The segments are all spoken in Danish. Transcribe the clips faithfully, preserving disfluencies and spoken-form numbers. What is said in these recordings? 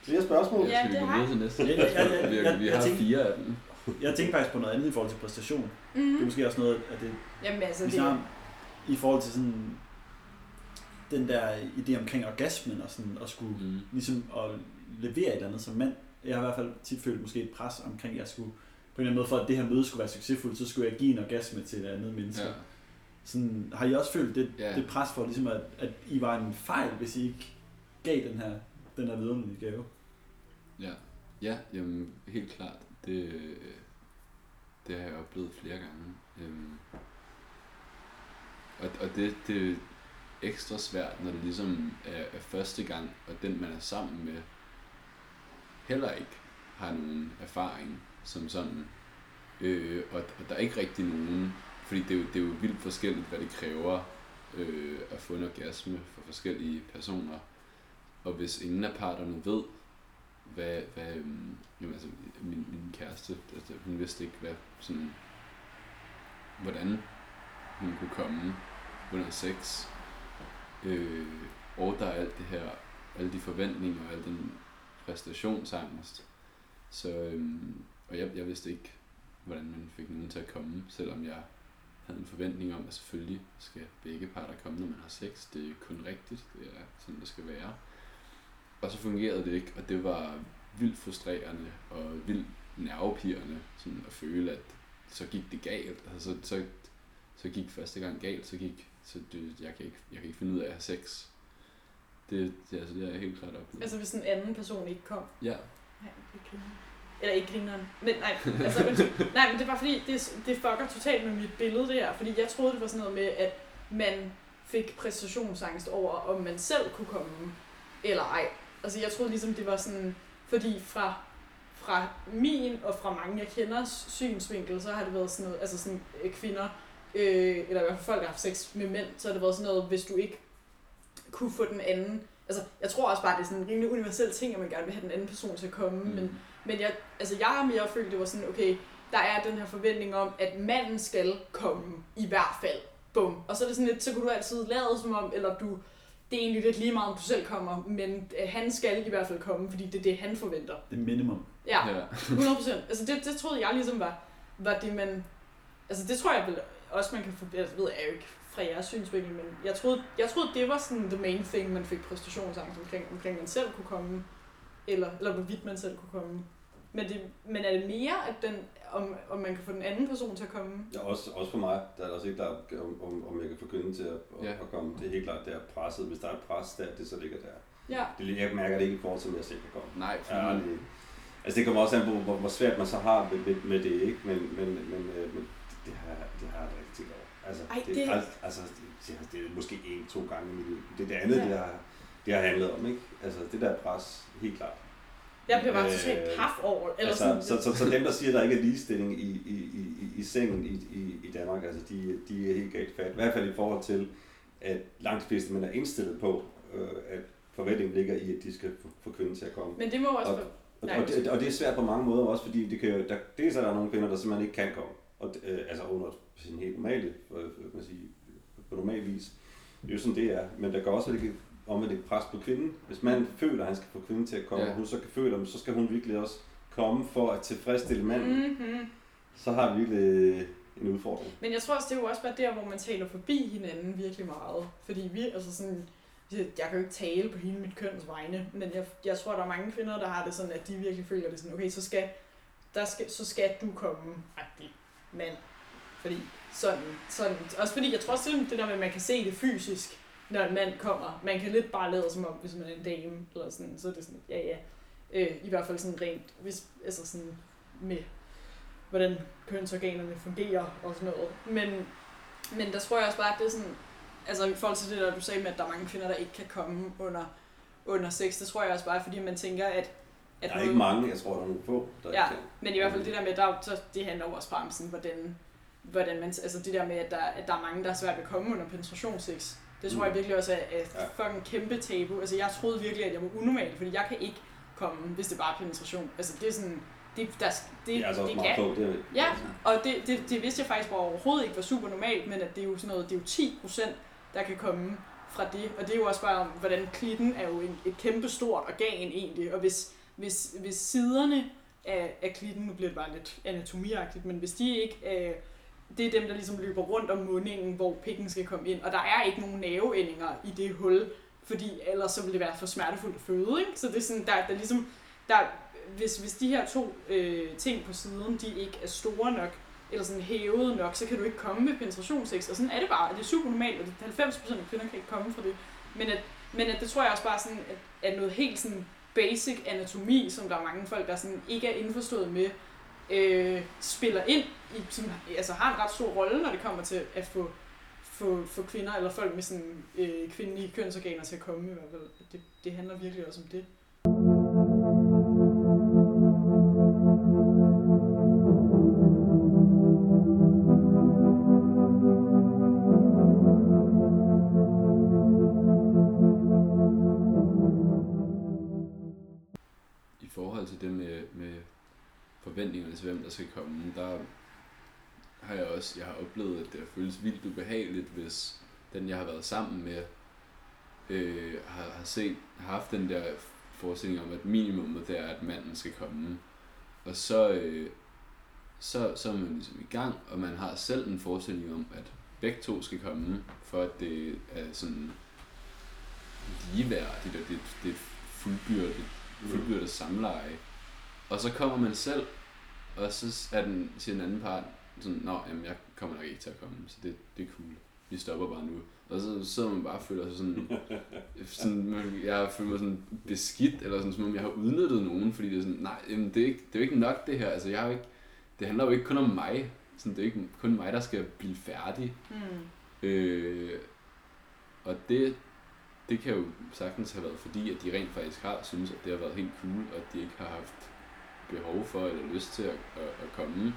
Flere spørgsmål? Ja, det har til næste. Ja, ja, ja, Vi, ja, vi jeg har tænker- fire af dem. Jeg tænker faktisk på noget andet i forhold til præstation. Mm. Det er måske også noget af det, Jamen altså, vi det, snakker om, i forhold til sådan den der idé omkring orgasmen og sådan at skulle Mm. ligesom at levere et eller andet som mand. Jeg har i hvert fald tit følt måske et pres omkring, at jeg skulle på en eller anden måde, for at det her møde skulle være succesfuldt, så skulle jeg give en orgasme til et andet menneske. Ja. Sådan, har I også følt det, Ja. det pres for, ligesom at, at I var en fejl, hvis I ikke gav den her, den her vidunderlige gave? Ja, ja, jamen helt klart. Det, det har jeg oplevet flere gange. Øhm, og og det, det er ekstra svært, når det ligesom er, er første gang, og den man er sammen med heller ikke har nogen erfaring som sådan. Øh, og, og der er ikke rigtig nogen, fordi det er jo, det er jo vildt forskelligt, hvad det kræver øh, at få en orgasme for forskellige personer. Og hvis ingen af parterne ved, hvad, hvad øhm, jamen, altså, min, min kæreste, altså, hun vidste ikke, hvad, sådan, hvordan hun kunne komme under sex. Øh, og der er alt det her, alle de forventninger og al den præstationsangst. Så, øhm, og jeg, jeg vidste ikke, hvordan man fik nogen til at komme, selvom jeg havde en forventning om, at selvfølgelig skal begge parter komme, når man har sex. Det er kun rigtigt, det er sådan, det skal være. Og så fungerede det ikke, og det var vildt frustrerende og vildt nervepirrende sådan at føle, at så gik det galt. Altså, så, så, så gik første gang galt, så gik så det, jeg, kan ikke, jeg kan ikke finde ud af at have sex. Det, det, altså, det er jeg helt klart oplevet. altså hvis en anden person ikke kom. Ja. Nej, det er grineren. Eller ikke grineren. Men nej, altså, men, nej, men det er bare fordi, det, det fucker totalt med mit billede der. Fordi jeg troede, det var sådan noget med, at man fik præstationsangst over, om man selv kunne komme eller ej. Altså jeg troede ligesom, det var sådan, fordi fra, fra min og fra mange, jeg kender synsvinkel, så har det været sådan noget, altså sådan øh, kvinder, øh, eller i hvert fald folk, der har haft sex med mænd, så har det været sådan noget, hvis du ikke kunne få den anden, altså jeg tror også bare, det er sådan en rimelig universel ting, at man gerne vil have den anden person til at komme, mm. men, men jeg, altså jeg har mere følt, det var sådan, okay, der er den her forventning om, at manden skal komme, i hvert fald, bum, og så er det sådan lidt, så kunne du altid lade som om, eller du, det er egentlig lidt lige meget, om du selv kommer, men han skal i hvert fald komme, fordi det er det, han forventer. Det er minimum. Ja, Ja. hundrede procent. Altså det, det troede jeg ligesom var, var det, man... Altså det tror jeg vel også, man kan få... Jeg ved jeg jo ikke fra jeres synsvinkel, men jeg troede, jeg troede, det var sådan the main thing, man fik præstationsangst omkring, omkring man selv kunne komme, eller, eller hvorvidt man selv kunne komme. Men, det, men er det mere, at den, om, om man kan få den anden person til at komme? Ja, også, også for mig, der er der også ikke der, om, om, om jeg kan få kvinden til at, at, Ja. at komme. Det er helt klart, det er presset. Hvis der er et pres der, det så ligger der. Ja. Det, jeg mærker det ikke i forhold til, at jeg selv kan komme. Nej, fordi... Ja, det, altså det kommer også an på, hvor, hvor svært man så har med, med, med det, ikke? Men, men, men, øh, men det har, det har jeg da ikke tænkt over. Altså, Ej, det, det- det... Altså, det, det er måske en, to gange i mit liv. Det er det andet, Ja. ja. det, har, det har handlet om, ikke? Altså det der pres, helt klart. Jeg bliver bare Øh, totalt paf over, eller Altså, sådan... så, så, så dem, der siger, at der ikke er ligestilling i, i, i, i sengen i, i, i Danmark, altså de, de er helt galt fat. I hvert fald i forhold til, at langt de fleste mænd er indstillet på, øh, at forventningen ligger i, at de skal få, få kvinden til at komme. Men det må også... Og- være- Og, Nej, og, det, og det er svært på mange måder også, fordi det kan jo, der, dels er der nogle kvinder, der simpelthen ikke kan komme, og, øh, altså under sin helt normale, øh, kan man sige, på normal vis. Det er jo sådan, det er, men der kan også ligge om et pres på kvinden. Hvis man føler, at han skal få kvinden til at komme, Ja. og hun så kan føle dem, så skal hun virkelig også komme for at tilfredsstille manden. Mm-hmm. Så har vi virkelig en udfordring. Men jeg tror også, det er jo også bare der, hvor man taler forbi hinanden virkelig meget. Fordi vi, altså sådan, jeg kan jo ikke tale på hele mit køns vegne, men jeg, jeg tror, der er mange kvinder, der har det sådan, at de virkelig føler det sådan, okay, så skal, der skal, så skal du komme, agtig mand. Fordi sådan, sådan, også fordi jeg tror også, det der med, at man kan se det fysisk, når en mand kommer. Man kan lidt bare lade som om, hvis man er en dame, eller sådan, så er det sådan, ja ja. Øh, I hvert fald sådan rent, hvis, altså sådan med, hvordan kønsorganerne fungerer og sådan noget. Men, men der tror jeg også bare, at det er sådan, altså i forhold til det der, du sagde med, at der er mange kvinder, der ikke kan komme under, under sex, det tror jeg også bare, fordi man tænker, at... at Der er ikke mange, jeg tror, der er nogle få, der Ja, ikke kan. men i hvert fald det der med, der, så det handler jo også bare om sådan, hvordan, hvordan man, altså det der med, at der, at der er mange, der er svært ved at komme under penetrationssex. Det tror jeg virkelig også er, er Ja. fucking kæmpe tabu. Altså jeg troede virkelig, at jeg var unormal, fordi jeg kan ikke komme, hvis det bare er penetration. Altså det er sådan, det, der, det, Det er altså også det meget kan. få. Det er, Ja, og det, det, det vidste jeg faktisk bare overhovedet ikke var super normalt, men at det er jo sådan noget, det er jo ti procent, der kan komme fra det. Og det er jo også bare om, hvordan klitten er jo en, et kæmpe stort organ egentlig. Og hvis, hvis, hvis siderne af, af klitten, nu bliver det bare lidt anatomiagtigt, men hvis de ikke øh, det er dem, der ligesom løber rundt om mundingen, hvor pikken skal komme ind. Og der er ikke nogen nerveendinger i det hul, fordi ellers så vil det være for smertefuldt at føde, ikke? Så det er sådan, der, der ligesom, der, hvis, hvis de her to øh, ting på siden, de ikke er store nok, eller sådan hævet nok, så kan du ikke komme med penetrationssex. Og sådan er det bare. Det er super normalt, og halvfems procent af kvinder kan ikke komme fra det. Men at, men at det tror jeg også bare sådan, at, at noget helt sådan basic anatomi, som der er mange folk, der sådan ikke er indforstået med, øh, spiller ind, i, som altså har en ret stor rolle, når det kommer til at få, få, få kvinder, eller folk med sådan øh, kvindelige kønsorganer til at komme i hvert fald. Det, det handler virkelig også om det. I forhold til det med, med forventningerne til hvem der skal komme, der har jeg også jeg har oplevet, at det har føles vildt ubehageligt, hvis den jeg har været sammen med øh, har, har set har haft den der forestilling om, at minimummet det er, at manden skal komme, og så øh, så så er man ligesom i gang, og man har selv en forestilling om, at begge to skal komme, for at det er sådan ligeværdigt, og det, det er fuldbyrdet fuldbyrdet samleje. Og så kommer man selv, og så er den, siger den anden part sådan, nå, jamen, jeg kommer nok ikke til at komme, så det, det er cool. Vi stopper bare nu. Og så sidder man bare og føler sig sådan, sådan jeg føler mig sådan beskidt, eller sådan, som om jeg har udnyttet nogen, fordi det er sådan, nej, jamen, det, er ikke, det er jo ikke nok det her. Altså, jeg har ikke, det handler jo ikke kun om mig. Sådan, det er ikke kun mig, der skal blive færdig. Mm. Øh, og det, det kan jo sagtens have været fordi, at de rent faktisk har synes, at det har været helt cool, og at de ikke har haft behov for eller lyst til at, at, at komme.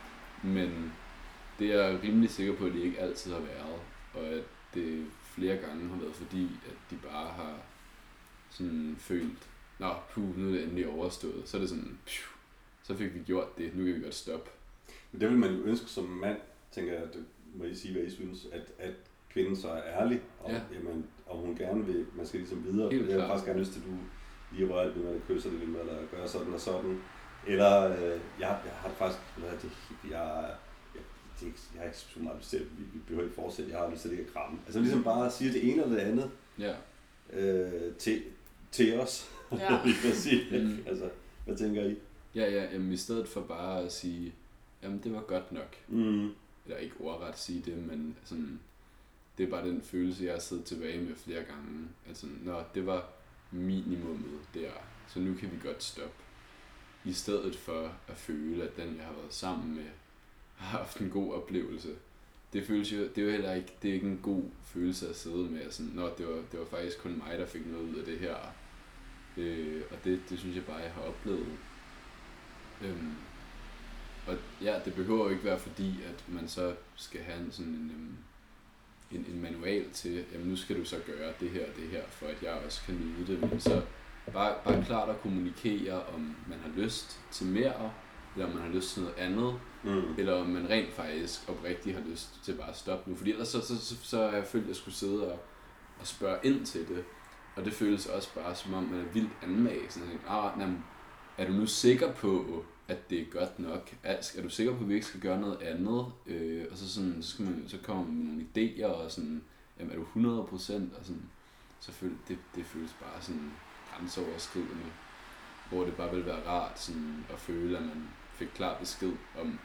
Men det er jeg rimelig sikker på, at det ikke altid har været, og at det flere gange har været fordi, at de bare har sådan følt, nå, puh, nu er det endelig overstået. Så er det sådan, pju, så fik vi gjort det, nu kan vi godt stoppe. Men det vil man jo ønske som mand, tænker jeg, det må I sige, hvad I synes, at, at kvinden så er ærlig, og ja. Jamen, om hun gerne vil, man skal ligesom videre. Helt jeg har faktisk gerne lyst til, at du lige rører lidt med, kysser lidt med, eller gør sådan og sådan. Eller, øh, jeg, jeg har faktisk, hvad er det, jeg, jeg, det, jeg har ikke så meget lyst til, vi, vi behøver ikke fortsætte, jeg har lyst til at ikke at kramme. Altså ligesom bare sige det ene eller det andet ja. øh, til, til os. Ja. mm. Altså, hvad tænker I? Ja, ja, jamen i stedet for bare at sige, jamen det var godt nok. Mm. Eller ikke ordret sige det, men sådan, det er bare den følelse, jeg har siddet tilbage med flere gange. Altså, nå, det var minimummet der, så nu kan vi godt stoppe. I stedet for at føle, at den, jeg har været sammen med, har haft en god oplevelse. Det føles jo, det er jo heller ikke, det er ikke en god følelse at sidde med. Sådan, nå, det var, det var faktisk kun mig, der fik noget ud af det her. Øh, og det, det synes jeg bare, jeg har oplevet. Øhm, og ja, det behøver jo ikke være fordi, at man så skal have en sådan en, en, en manual til, jamen nu skal du så gøre det her og det her, for at jeg også kan nyde det. Men så bare, bare klart at kommunikere, om man har lyst til mere, eller om man har lyst til noget andet, mm. eller om man rent faktisk oprigtigt har lyst til bare at stoppe nu. Fordi ellers så, så, så, så har jeg følt, at jeg skulle sidde og, og spørge ind til det. Og det føles også bare, som om man er vildt anmag. Sådan at, ah, jamen, er du nu sikker på, at det er godt nok? Er du sikker på, at vi ikke skal gøre noget andet? Øh, og så, sådan, så, skal man, så kommer man med nogle idéer, og sådan, jamen, er du hundrede procent? Og sådan, så føles, det, det føles bare sådan grænseoverskridende, hvor det bare ville være rart sådan, at føle, at man fik klar besked om,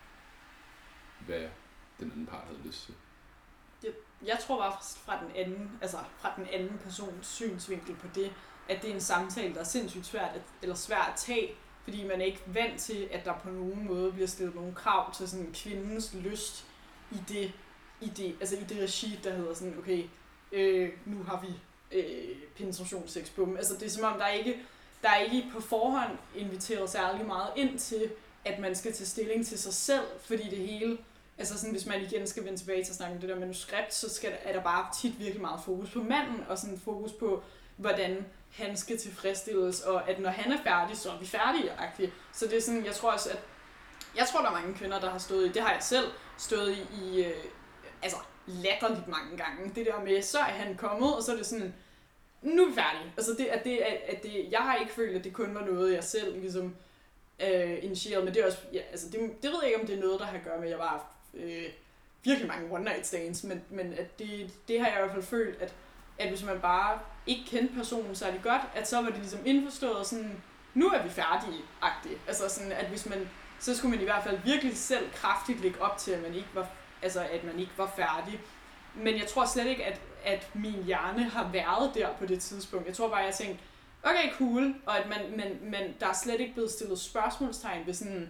hvad den anden part havde lyst til. Jeg, jeg tror bare fra den anden, altså fra den anden persons synsvinkel på det, at det er en samtale, der er sindssygt svært at, eller svært at tage, fordi man er ikke vant til, at der på nogen måde bliver stillet nogle krav til sådan kvindens lyst i det, i det, altså i det regi, der hedder sådan, okay, øh, nu har vi øh, penetrationssex på dem. Altså det er som om, der er ikke, der er ikke på forhånd inviteret særlig meget ind til, at man skal tage stilling til sig selv, fordi det hele, altså sådan, hvis man igen skal vende tilbage til at snakke om det der manuskript, så skal der, er der bare tit virkelig meget fokus på manden, og sådan fokus på, hvordan han skal tilfredsstilles, og at når han er færdig, så er vi færdige-agtige. Så det er sådan, jeg tror også, at jeg tror, der er mange kvinder, der har stået i, det har jeg selv stået i, i øh, altså latterligt mange gange. Det der med, så er han kommet, og så er det sådan, nu er vi færdige. Altså det, at det, at det, jeg har ikke følt, at det kun var noget, jeg selv ligesom øh, initierede, men det er også, ja, altså det, det ved jeg ikke, om det er noget, der har at gøre med, at jeg var øh, virkelig mange one night stands, men, men at det, det har jeg i hvert fald følt, at, at hvis man bare ikke kendte personen særlig godt, at så var det ligesom indforstået sådan, nu er vi færdige-agtigt. Altså sådan, at hvis man, så skulle man i hvert fald virkelig selv kraftigt lægge op til, at man ikke var, altså at man ikke var færdig. Men jeg tror slet ikke, at, at min hjerne har været der på det tidspunkt. Jeg tror bare, jeg tænkte, okay, cool, og at man, man, man, der er slet ikke blevet stillet spørgsmålstegn ved sådan,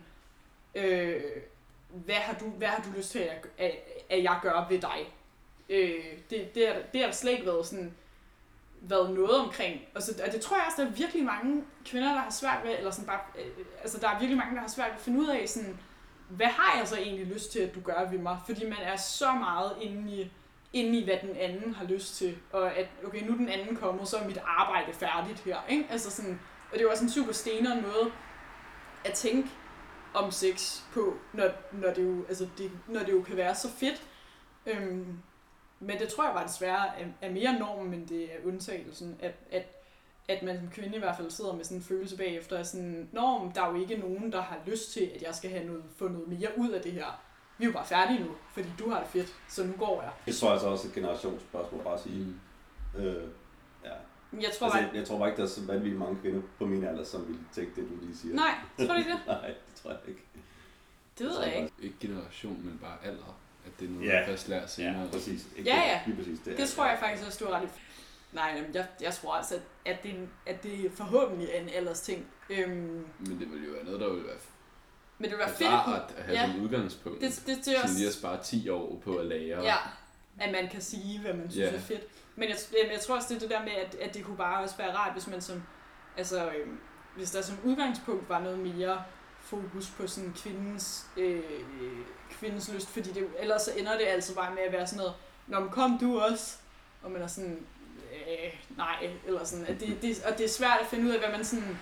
øh, hvad, har du, hvad har du lyst til, at, at, at jeg gør ved dig? Øh, det, det, er, det har der slet ikke været sådan, været noget omkring. Og, så, og det tror jeg også, der er virkelig mange kvinder, der har svært ved, eller sådan bare, øh, altså der er virkelig mange, der har svært ved at finde ud af sådan, hvad har jeg så egentlig lyst til, at du gør ved mig? Fordi man er så meget inde i, inde i hvad den anden har lyst til. Og at, okay, nu er den anden kommet, så er mit arbejde færdigt her. Ikke? Altså sådan, og det er jo også en super stenere måde at tænke om sex på, når, når, det, jo, altså det, når det jo kan være så fedt. Øhm, men det tror jeg bare desværre er, er mere normen, end det er undtagelsen. At, at, at man som kvinde i hvert fald sidder med sådan en følelse bagefter af sådan, norm, der er jo ikke nogen, der har lyst til, at jeg skal have noget, få noget mere ud af det her. Vi er jo bare færdige nu, fordi du har det fedt, så nu går jeg. Det tror jeg altså også et generationsspørgsmål, bare at sige. Mm. Øh, ja. Jeg tror, altså, bare... jeg, jeg tror bare ikke, der er så vanvittigt mange kvinder på min alder, som ville tænke det, du lige siger. Nej, tror du ikke det? Nej, det tror jeg ikke. Det ved jeg, jeg ikke. Ikke generation, men bare alder. At det er noget, ja. man først lærer senere. Ja, præcis. Ikke ja, ja. Lige præcis. Det, det tror jeg faktisk også, du har ret i. Nej, jamen, jeg, jeg tror altså, at, at, det, at det forhåbentlig er en alders ting. Øhm, men det ville jo være noget, der ville være men det ville være fedt rart at have ja. som udgangspunkt. Det, det, det er også... Så lige at spare ti år på at lære. Ja, at man kan sige, hvad man synes ja. er fedt. Men jeg, jeg tror også, det er det der med, at, at det kunne bare også være rart, hvis man som, altså, øhm, hvis der som udgangspunkt var noget mere fokus på sådan kvindens, øh, kvindens lyst, fordi det, ellers så ender det altså bare med at være sådan noget, nå, men kom du også, og man er sådan, øh, nej, eller sådan, at det, det, og det er svært at finde ud af, hvad man sådan,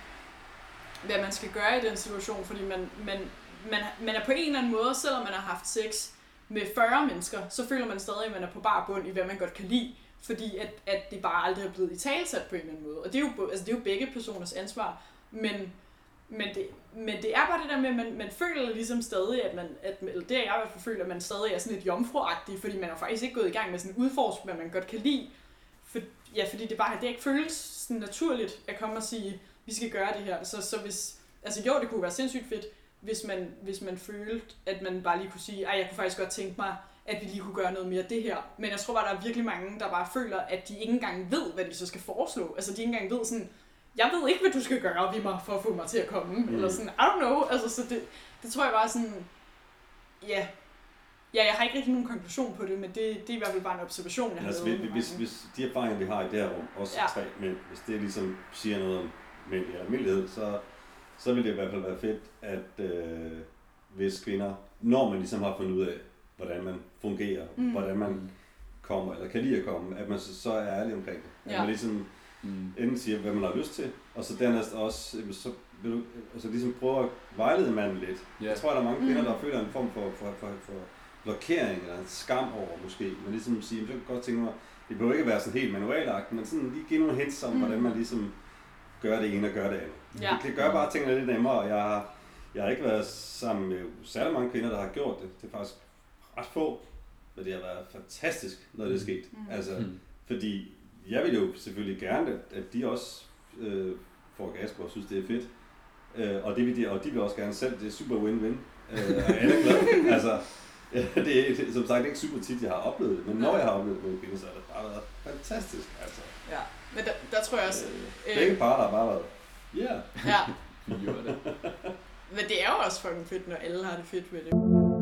hvad man skal gøre i den situation, fordi man, man, man, man er på en eller anden måde, selvom man har haft sex med fyrre mennesker, så føler man stadig, at man er på bar bund i, hvad man godt kan lide, fordi at, at det bare aldrig er blevet italesat på en eller anden måde. Og det er jo, altså det er jo begge personers ansvar, men, men, det, men det er bare det der med, at man, man føler ligesom stadig, at man, at, eller det er jeg i hvert fald føler, at man stadig er sådan lidt jomfruagtig, fordi man er faktisk ikke gået i gang med sådan en udforsk, hvad man godt kan lide. For, ja, fordi det bare det ikke føles sådan naturligt at komme og sige, vi skal gøre det her. Så, så hvis, altså jo, det kunne være sindssygt fedt, hvis man, hvis man følte, at man bare lige kunne sige, ej, jeg kunne faktisk godt tænke mig, at vi lige kunne gøre noget mere af det her. Men jeg tror bare, der er virkelig mange, der bare føler, at de ikke engang ved, hvad de så skal foreslå. Altså, de ikke engang ved sådan, jeg ved ikke, hvad du skal gøre ved mig, for at få mig til at komme. Mm. Eller sådan, I don't know. Altså, så det, det tror jeg bare sådan, ja, ja, jeg har ikke rigtig nogen konklusion på det, men det, det er i hvert fald bare en observation, jeg har altså, lavet. Hvis, hvis de erfaringer, vi har i det her rum, også ja. tre mænd, hvis det ligesom siger noget om mænd i almindelighed, så, så vil det i hvert fald være fedt, at øh, hvis kvinder, når man ligesom har fundet ud af, hvordan man fungerer, mm. hvordan man kommer, eller kan lide at komme, at man så, så er ærlig omkring det. At ja. man ligesom mm. enten siger, hvad man har lyst til, og så dernæst også, så vil du altså ligesom prøve at vejlede manden lidt. Yeah. Jeg tror, der er mange kvinder, der føler en form for, for, for, for blokering eller en skam over måske. Man ligesom siger, så kan godt tænke mig, det behøver ikke at være sådan helt manualagtigt, men sådan lige give nogle hints om, mm. hvordan man ligesom gør det ene og gør det andet. Ja. Det kan gøre bare tingene lidt nemmere, og jeg har, jeg har ikke været sammen med særlig mange kvinder, der har gjort det. Det er faktisk ret få, men det har været fantastisk, når det er sket. Mm. Altså, mm. fordi jeg vil jo selvfølgelig gerne, at, at de også øh, får orgasmer og synes, det er fedt. Øh, og, det vil de, og de vil også gerne selv. Det er super win-win. Øh, og alle er glade. Altså, ja, det er det, som sagt ikke super tit, jeg har oplevet det, men når jeg har oplevet det med kvinder, så har det bare været fantastisk. Altså. Ja, men der, der tror jeg også... Øh, begge parter har bare været, ja. Yeah. Ja. Vi gjorde det. Men det er jo også fucking fedt, når alle har det fedt med det.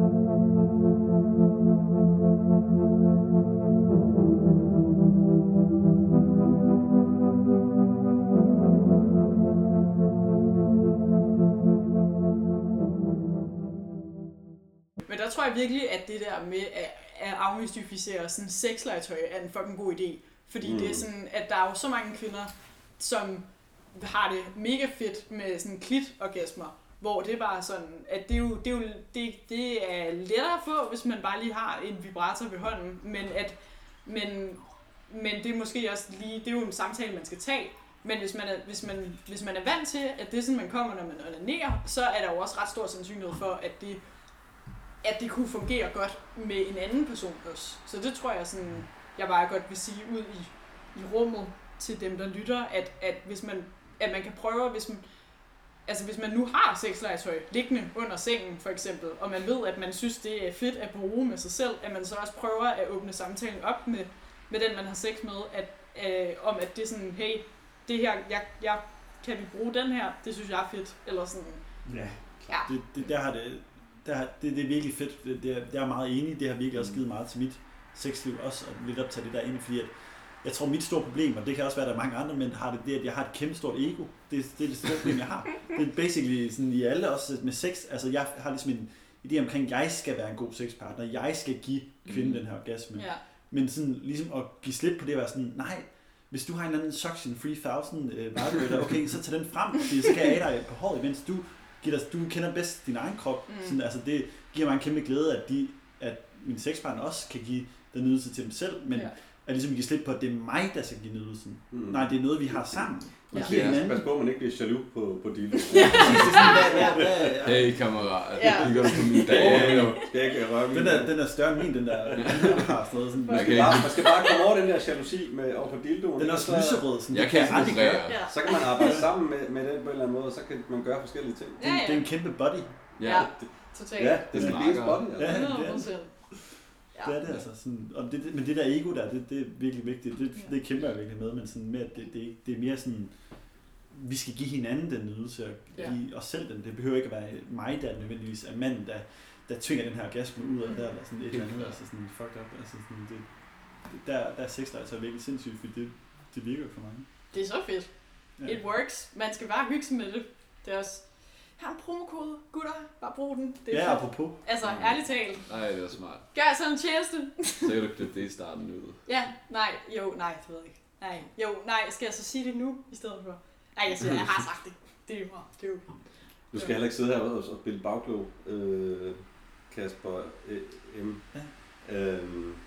Men der tror jeg virkelig, at det der med at, at afmystificere sådan sexlegetøj er en fucking god idé. Fordi mm. det er sådan, at der er jo så mange kvinder, som har det mega fedt med sådan klit-orgasmer. hvor det var sådan, at det er jo, det er jo det, det er lettere at få, hvis man bare lige har en vibrator ved hånden, men at men, men det er måske også lige, det er jo en samtale, man skal tage, men hvis man er, hvis man, hvis man er vant til, at det er sådan, man kommer, når man onanerer, så er der jo også ret stor sandsynlighed for, at det, at det kunne fungere godt med en anden person også. Så det tror jeg sådan, jeg bare godt vil sige ud i, i rummet til dem, der lytter, at, at hvis man, at man kan prøve, hvis man, altså hvis man nu har sexlegetøj liggende under sengen for eksempel, og man ved, at man synes, det er fedt at bruge med sig selv, at man så også prøver at åbne samtalen op med, med den, man har sex med, at, øh, om at det er sådan, hey, det her, jeg, jeg, kan vi bruge den her, det synes jeg er fedt, eller sådan. Ja, ja. Det, det, der har det, der har, det, det er virkelig fedt, det, det er, jeg er meget enig, det har virkelig også givet meget til mit sexliv også, og lidt op til det der inde, fordi at jeg tror, mit store problem, og det kan også være, at der er mange andre mænd, har det, det at jeg har et kæmpe stort ego. Det, det er det store problem, jeg har. Det er basically sådan i alle, også med sex. Altså, jeg har ligesom en idé omkring, at jeg skal være en god sexpartner. Jeg skal give kvinden mm. den her orgasme. Ja. Men sådan ligesom at give slip på det, at være sådan, nej, hvis du har en eller anden Suction tre tusind øh, vibrator, okay, så tag den frem, fordi så kan jeg af dig på håret, mens du, giver dig, du kender bedst din egen krop. Mm. Sådan, altså, det giver mig en kæmpe glæde, at, de, at min sexpartner også kan give den nydelse til dem selv, men ja. At ligesom give slip på, at det er mig, der skal give nydelsen. Mm. Nej, det er noget, vi har sammen. Man ja. Ja, pas på, at man ikke bliver jaloux på, på dildo. Ja. Hey kammerat, ja. det gør du på min dag. Den er, den er større end min, den der. Den har sådan noget sådan. Man skal, bare, man skal bare komme over den der jalousi med over på dildoen. Den er også lyserød. Sådan, jeg kan aldrig gøre. Ja. Så kan man arbejde sammen med, med den på en eller anden måde, og så kan man gøre forskellige ting. Ja, ja. Det er en kæmpe body. Ja, totalt. Ja, det er en lille body. Ja, hundrede procent. Det er det altså sådan, og det, men det der ego der, det, det er virkelig vigtigt, det, det kæmper jeg virkelig med, men sådan mere, det, det, det er mere sådan, vi skal give hinanden den nydelse, og give ja. Os selv den, det behøver ikke at være mig, der nødvendigvis er manden, der, der tvinger den her orgasme ud af der, eller sådan et eller andet, altså sådan fucked up, altså sådan, det, der, der er sexlegetøj så virkelig sindssygt, fordi det, det virker jo for mange. Det er så fedt. Ja. It works. Man skal bare hygge sig med det. Det er også, har en promokode, gutter, bare brug den. Det er ja, fedt. apropos. Altså, mm. ærligt talt. Nej, det er smart. Gør sådan en tjeneste. Så kan du klippe det i starten ud. Ja, nej, jo, nej, det ved jeg ikke. Nej, jo, nej, skal jeg så sige det nu, i stedet for? Nej, jeg siger, jeg har sagt det. Det er jo, det er jo. Du skal heller ikke sidde her og spille bagklog, øh, Kasper øh, M. Ja. Øh,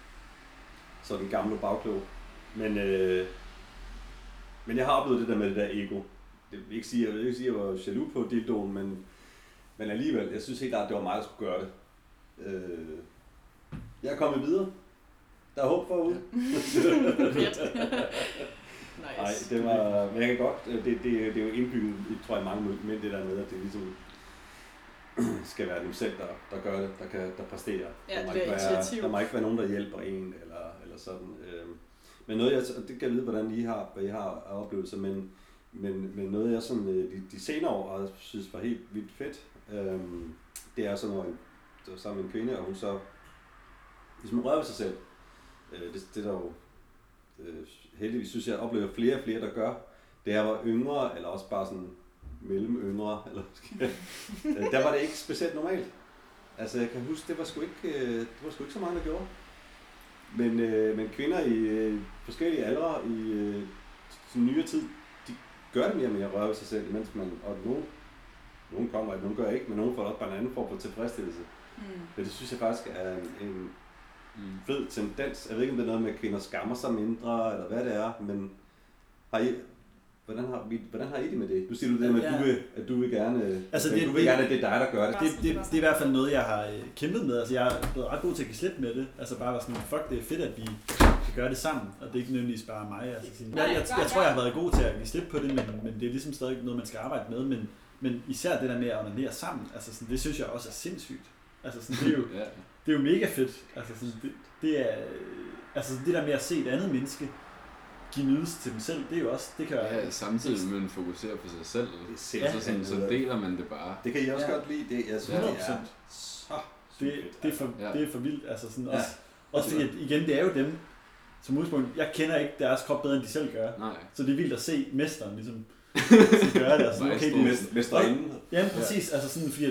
så den gamle bagklog. Men, øh, men jeg har oplevet det der med det der ego. Jeg vil ikke sige, jeg vil ikke sige, at jeg var jaloux på dildoen, men, men alligevel, jeg synes helt klart, at det var mig, der skulle gøre det. Øh, jeg er kommet videre. Der er håb forude. Fedt. Nej, nice. Det var, men jeg kan godt, det, det, det er jo indbygget, tror jeg, mange mænd, det der med, at det ligesom skal være dem selv, der, der gør det, der, kan, der præsterer. Ja, der, må det ikke være, være, der må ikke være nogen, der hjælper en, eller, eller sådan. Men noget, jeg, det kan jeg vide, hvordan I har, hvad I har af oplevelser, men, men, men noget, jeg sådan, de, de senere år har synes var helt vildt fedt, øhm, det er sådan, når jeg var sammen med en kvinde, og hun så ligesom rører ved sig selv. Øh, det, det der jo øh, heldigvis synes jeg, oplever flere og flere, der gør. Det jeg var yngre, eller også bare sådan mellem yngre, eller øh, der var det ikke specielt normalt. Altså jeg kan huske, det var sgu ikke, øh, det var sgu ikke så mange, der gjorde. Men, øh, men kvinder i øh, forskellige aldre i øh, nyere tid, de gør det mere med at røre ved sig selv, mens man, og nogen, nogen kommer, og nogen gør ikke, men nogen får også bare en anden form for tilfredsstillelse. Mm. Men det synes jeg faktisk er en, en mm. fed tendens. Jeg ved ikke, om det er noget med, at kvinder skammer sig mindre, eller hvad det er, men har I, hvordan, har, hvordan har I det med det? Du siger du det med, at du vil, at du vil gerne, altså, det, du vil det, gerne, at det er dig, der gør det. Det, det, det, det er i hvert fald noget, jeg har kæmpet med. Altså, jeg er blevet ret god til at give slip med det. Altså bare være sådan, fuck, det er fedt, at vi kan gøre det sammen, og det er ikke nødvendigvis bare mig. Altså, sådan, jeg, jeg, jeg, jeg tror, jeg har været god til at give slip på det, men, men det er ligesom stadig noget, man skal arbejde med. Men, men især det der med at onanere sammen, altså sådan, det synes jeg også er sindssygt. Altså sådan, det er jo, yeah. det er jo mega fedt. Altså sådan, det, det er, altså det der med at se et andet menneske give nydelse til dem selv, det er jo også, det kan ja, samtidig med at fokusere på sig selv, det altså sådan, så deler man det bare. Det kan I også ja. godt lide, det jeg synes, hundrede procent. Det er så det, det, er for, ja. det er for vildt, altså sådan ja. også, også fordi, at igen, det er jo dem, som udgangspunkt, jeg kender ikke deres krop bedre, end de selv gør, nej. Så det er vildt at se mesteren ligesom, gøre det, altså, okay, det er mesterinde. Ja, præcis, ja. Altså sådan, fordi at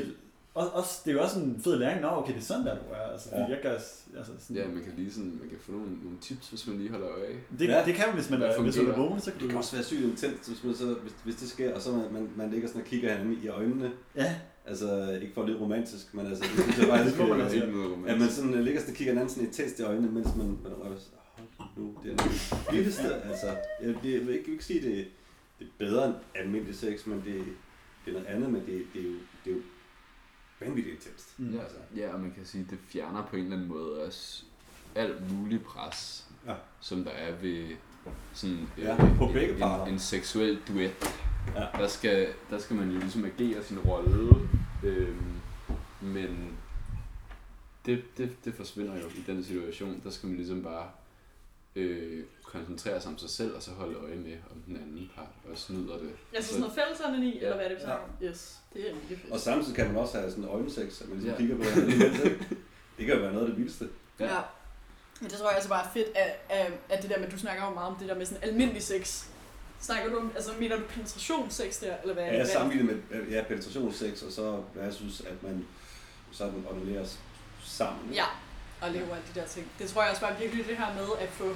Og, også, det er jo også en fed læring, når okay, det er sådan der, du er. Altså, Ja. jeg gør, altså, sådan, Ja, man kan lige sådan, man kan få nogle, nogle tips, hvis man lige holder øje. det, Ja. det kan man, hvis man Hvad er, hvis man er fungerer. vågen, så kan Det kan du... også være sygt intenst, hvis, man så, hvis, hvis det sker, og så man, man, man ligger sådan og kigger hinanden i øjnene. Ja, Altså, ikke for lidt romantisk, men altså, det synes jeg faktisk, Det må man øh, altså. Ikke noget at romantisk. man sådan øh, ligger sådan og kigger hinanden sådan intenst i øjnene, mens man, man rører sig. Hold nu, det er det vildeste, altså. Jeg, det, jeg vil ikke, ikke sige, det, det er bedre end almindelig sex, men det, det er noget andet, men det, det, er, jo, det er jo vanvittigt intenst. Mm. Ja, ja, og man kan sige, at det fjerner på en eller anden måde også alt muligt pres, Ja. som der er ved sådan Ja, øh, på en, begge parter. en, en seksuel duet. Ja. Der, skal, der skal man jo ligesom agere sin rolle, øhm, men det, det, det forsvinder jo i den situation. Der skal man ligesom bare øh, koncentrere sig om sig selv, og så holde øje med, om den anden part også nyder det. Altså sådan noget fælleserne i, Ja. eller hvad er det, vi snakker om? Yes, det er virkelig fedt. Og samtidig kan man også have sådan øjensex, at man ligesom Ja. kigger på hinanden. Det kan jo være noget af det vildeste. Ja. Ja. Men det tror jeg altså bare er fedt, at, at, at det der med, du snakker jo meget om det der med sådan almindelig sex. Snakker du om, altså mener du penetrationssex der, eller hvad? Ja, jeg hvad- sammenligner med ja, penetrationssex, og så hvad jeg synes, at man sådan onaneres sammen. Ja, og leve alle de der ting. Det tror jeg også bare virkelig det her med at få...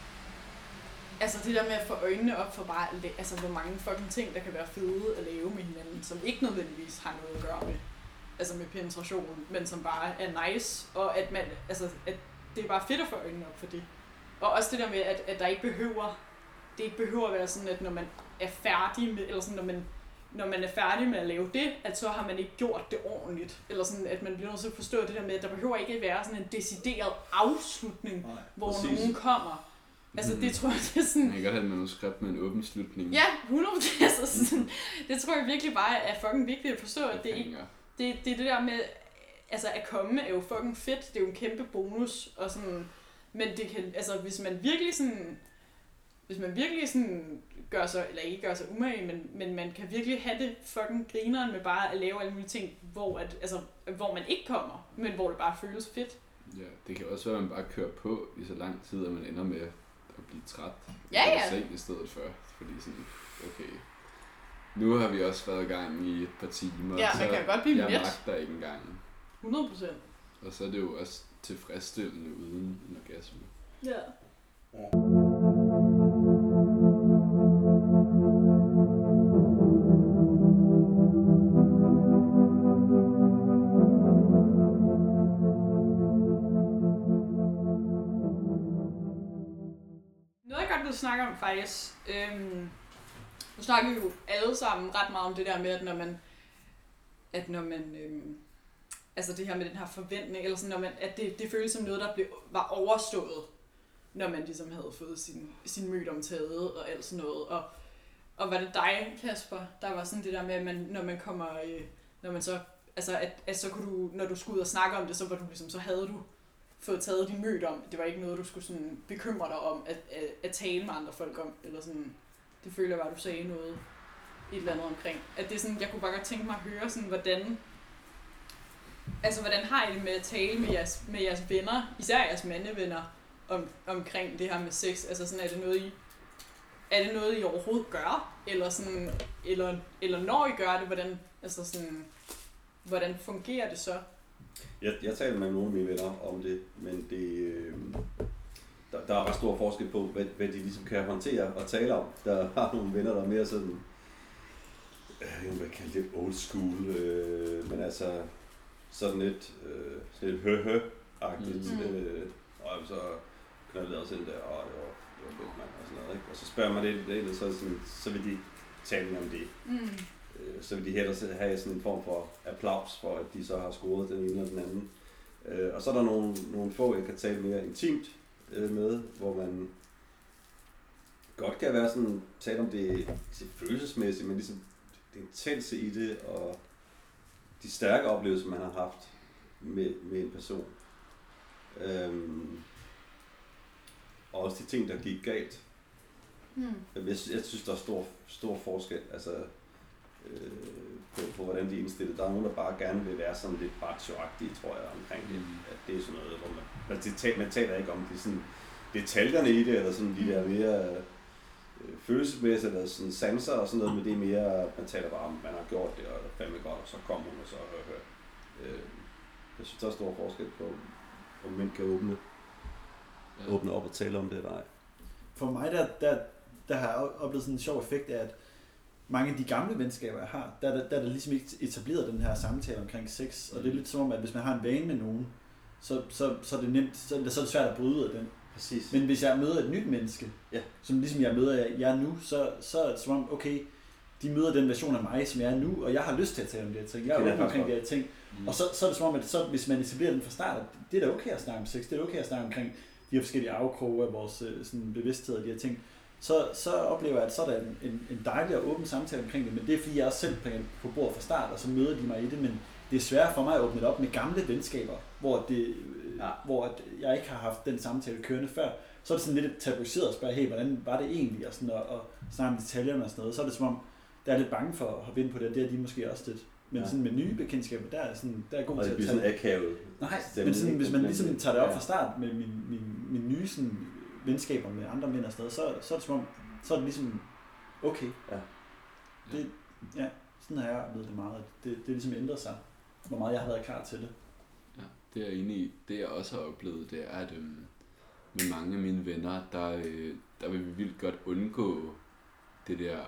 Altså det der med at få øjnene op for bare, at la- altså hvor mange fucking ting, der kan være fede at lave med hinanden, som ikke nødvendigvis har noget at gøre med, altså med penetration, men som bare er nice, og at man, altså at det er bare fedt at få øjnene op for det. Og også det der med, at, at der ikke behøver, det ikke behøver at være sådan, at når man er færdig med, eller sådan, når man, når man er færdig med at lave det, at så har man ikke gjort det ordentligt. Eller sådan, at man bliver nødt til at forstå det der med, at der behøver ikke at være sådan en decideret afslutning, Nej, hvor præcis. nogen kommer. Altså Mhm. det tror jeg, det er sådan... Man kan godt have et manuskript med en åben slutning. Ja, hundrede procent. Altså sådan, det tror jeg virkelig bare er fucking vigtigt at forstå, at det ikke... Hænger. Det, det er det der med... Altså at komme er jo fucking fedt, det er jo en kæmpe bonus, og sådan... Men det kan... Altså hvis man virkelig sådan... Hvis man virkelig sådan gør sig, eller ikke gør sig umage, men, men man kan virkelig have det fucking grineren med bare at lave alle mulige ting, hvor, at, altså, hvor man ikke kommer, men hvor det bare føles fedt. Ja, det kan også være, at man bare kører på i så lang tid, at man ender med at blive træt. Ja, og gå ja. i seng i stedet for. Fordi sådan, okay, nu har vi også været i gang i et par timer, Ja, man så kan godt blive jeg mæt. magter ikke engang. hundrede procent. Og så er det jo også tilfredsstillende uden en orgasme. Ja. Noget jeg godt vil snakke om faktisk, øhm, nu snakker vi jo alle sammen ret meget om det der med, at når man, at når man, øhm, altså det her med den her forventning, eller sådan, når man, at det, det føles som noget, der blev, var overstået, når man ligesom havde fået sin, sin mødom taget og alt sådan noget. Og, og var det dig, Kasper, der var sådan det der med, at man, når man kommer, øh, når man så, altså at, at så kunne du, når du skulle ud og snakke om det, så var du ligesom, så havde du fået taget din mødom. Det var ikke noget, du skulle sådan bekymre dig om, at, at, at tale med andre folk om, eller sådan, det føler jeg bare, du sagde noget, et eller andet omkring. At det er sådan, jeg kunne bare godt tænke mig at høre sådan, hvordan, altså hvordan har I det med at tale med jeres, med jeres venner, især jeres mandevenner, om, omkring det her med sex? Altså sådan, er det noget, I, er det noget, I overhovedet gør? Eller sådan, eller, eller når I gør det, hvordan, altså sådan, hvordan fungerer det så? Jeg, jeg taler med nogle af mine venner om det, men det, øh, der, der er ret stor forskel på, hvad, hvad de ligesom kan håndtere og tale om. Der har nogle venner, der er mere sådan, øh, jeg vil kalde det old school, øh, men altså sådan lidt, øh, sådan lidt hø-hø-agtigt. Mm. Øh, og så knaldede jeg også ind der, og det var, det var fedt, mand, og sådan noget, ikke? Og så spørger man lidt, lidt så, sådan, så vil de tale om det. Mm. Så vil de hellere have sådan en form for applaus for, at de så har scoret den ene eller den anden. Og så er der nogle, nogle få, jeg kan tale mere intimt med, hvor man godt kan være sådan, tale om det, det følelsesmæssigt, men ligesom det intense i det, og de stærke oplevelser, man har haft med, med en person. Øhm, og også de ting, der gik galt. Mm. Jeg, jeg synes, der er stor, stor forskel. Altså, øh, på, på hvordan de er indstillet. Der er nogen, der bare gerne vil være sådan lidt macho-agtige, tror jeg, omkring det. Mm. At det er sådan noget, hvor man... Altså, det taler, man taler ikke om de sådan, detaljerne i det, eller sådan de der mere øh, følelsesmæssige, eller sådan sanser og sådan noget, men det er mere, man taler bare om, man har gjort det, og det er fandme godt, og så kommer hun, og så øh, øh. Øh, jeg synes, der er stor forskel på, om mænd kan åbne, ja. åbne op og tale om det eller ej. For mig, der, der, der har jeg oplevet sådan en sjov effekt af, at mange af de gamle venskaber, jeg har, der, der, der er der ligesom ikke etableret den her samtale omkring sex, og det er lidt som om, at hvis man har en vane med nogen, så, så, så er det nemt, så, så er det svært at bryde ud af den. Præcis. Men hvis jeg møder et nyt menneske, ja. som ligesom jeg møder jer nu, så, så er det som om, okay, de møder den version af mig, som jeg er nu, og jeg har lyst til at tale om det her ting. Jeg er åben omkring det her ting. Mm. Og så, så er det som om, at så, hvis man etablerer den fra start, det er da okay at snakke om sex, det er da okay at snakke omkring de her forskellige afkroge af vores sådan, bevidsthed og de her ting, så, så oplever jeg, at så er der en, en, en dejlig og åben samtale omkring det, men det er fordi, jeg også selv på bordet fra start, og så møder de mig i det, men det er svært for mig at åbne det op med gamle venskaber, hvor, det, ja. hvor at jeg ikke har haft den samtale kørende før. Så er det sådan lidt tabuiseret at spørge, hey, hvordan var det egentlig, og, sådan, og, og snakke om detaljerne og sådan noget. Så er det som om, der er lidt bange for at hoppe ind på det, og det er de måske også lidt. Men ja. sådan med nye bekendtskaber, der er, sådan, der er god til at tage... Og det bliver sådan akavet. Nej, men sådan, hvis man ligesom tager det op fra start med min, min, min nye sådan, venskaber med andre mænd og sådan noget, så, så er det som om, så er det ligesom okay. Ja. Det, ja, sådan har jeg oplevet det meget. Det, det ligesom ændret sig, hvor meget jeg har været klar til det. Ja, det er jeg enig i. Det jeg også har oplevet, det er, at øhm, med mange af mine venner, der, øh, der vil vi vildt godt undgå det der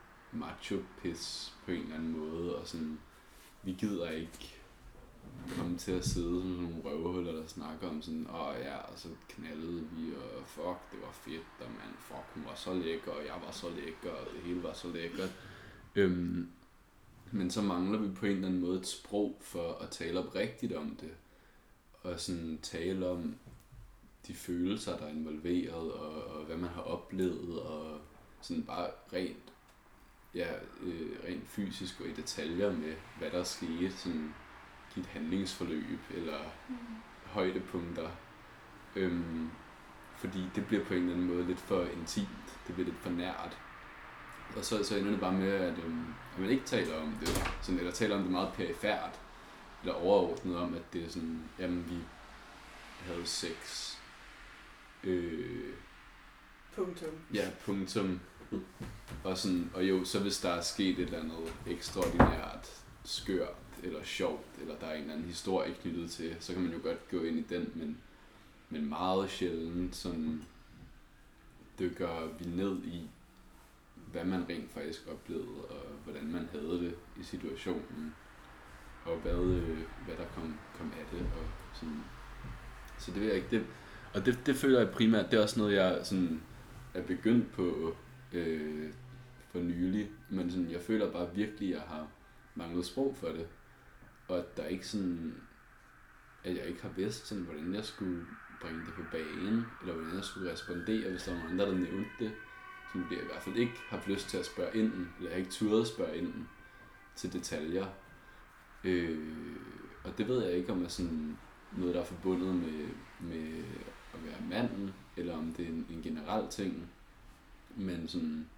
macho-pis på en eller anden måde, og sådan, vi gider ikke komme til at sidde som nogle røvhuller, der snakker om sådan, åh ja, og så knaldede vi, og fuck, det var fedt, og man, fuck, hun var så lækker, og jeg var så lækker, og det hele var så lækkert. Øhm, men så mangler vi på en eller anden måde et sprog for at tale oprigtigt om det, og sådan tale om de følelser, der er involveret, og, og hvad man har oplevet, og sådan bare rent ja, øh, rent fysisk og i detaljer med, hvad der skete, sådan et handlingsforløb eller mm. højdepunkter. Øhm, fordi det bliver på en eller anden måde lidt for intimt, det bliver lidt for nært. Og så, så ender det bare med, at, øhm, at man ikke taler om det, sådan, eller taler om det meget perifært, eller overordnet om, at det er sådan, jamen vi havde sex. Øh, punktum. Ja, punktum. Og, sådan, og jo, så hvis der er sket et eller andet ekstraordinært, skørt eller sjovt, eller der er en eller anden historie knyttet til, så kan man jo godt gå ind i den, men, men meget sjældent sådan dykker vi ned i, hvad man rent faktisk oplevede, og hvordan man havde det i situationen, og hvad, øh, hvad der kom, kom af det. Og sådan. Så det ved jeg ikke. Det, og det, det føler jeg primært, det er også noget, jeg sådan er begyndt på øh, for nylig, men sådan, jeg føler bare virkelig, at jeg har manglet sprog for det, og at der ikke sådan, at jeg ikke har vidst, sådan, hvordan jeg skulle bringe det på banen, eller hvordan jeg skulle respondere, hvis der var andre, der nævnte det. Så det jeg i hvert fald ikke haft lyst til at spørge inden, eller jeg har ikke turet at spørge inden til detaljer. Øh, og det ved jeg ikke, om er sådan noget, der er forbundet med, med at være manden, eller om det er en, en generel ting. Men sådan,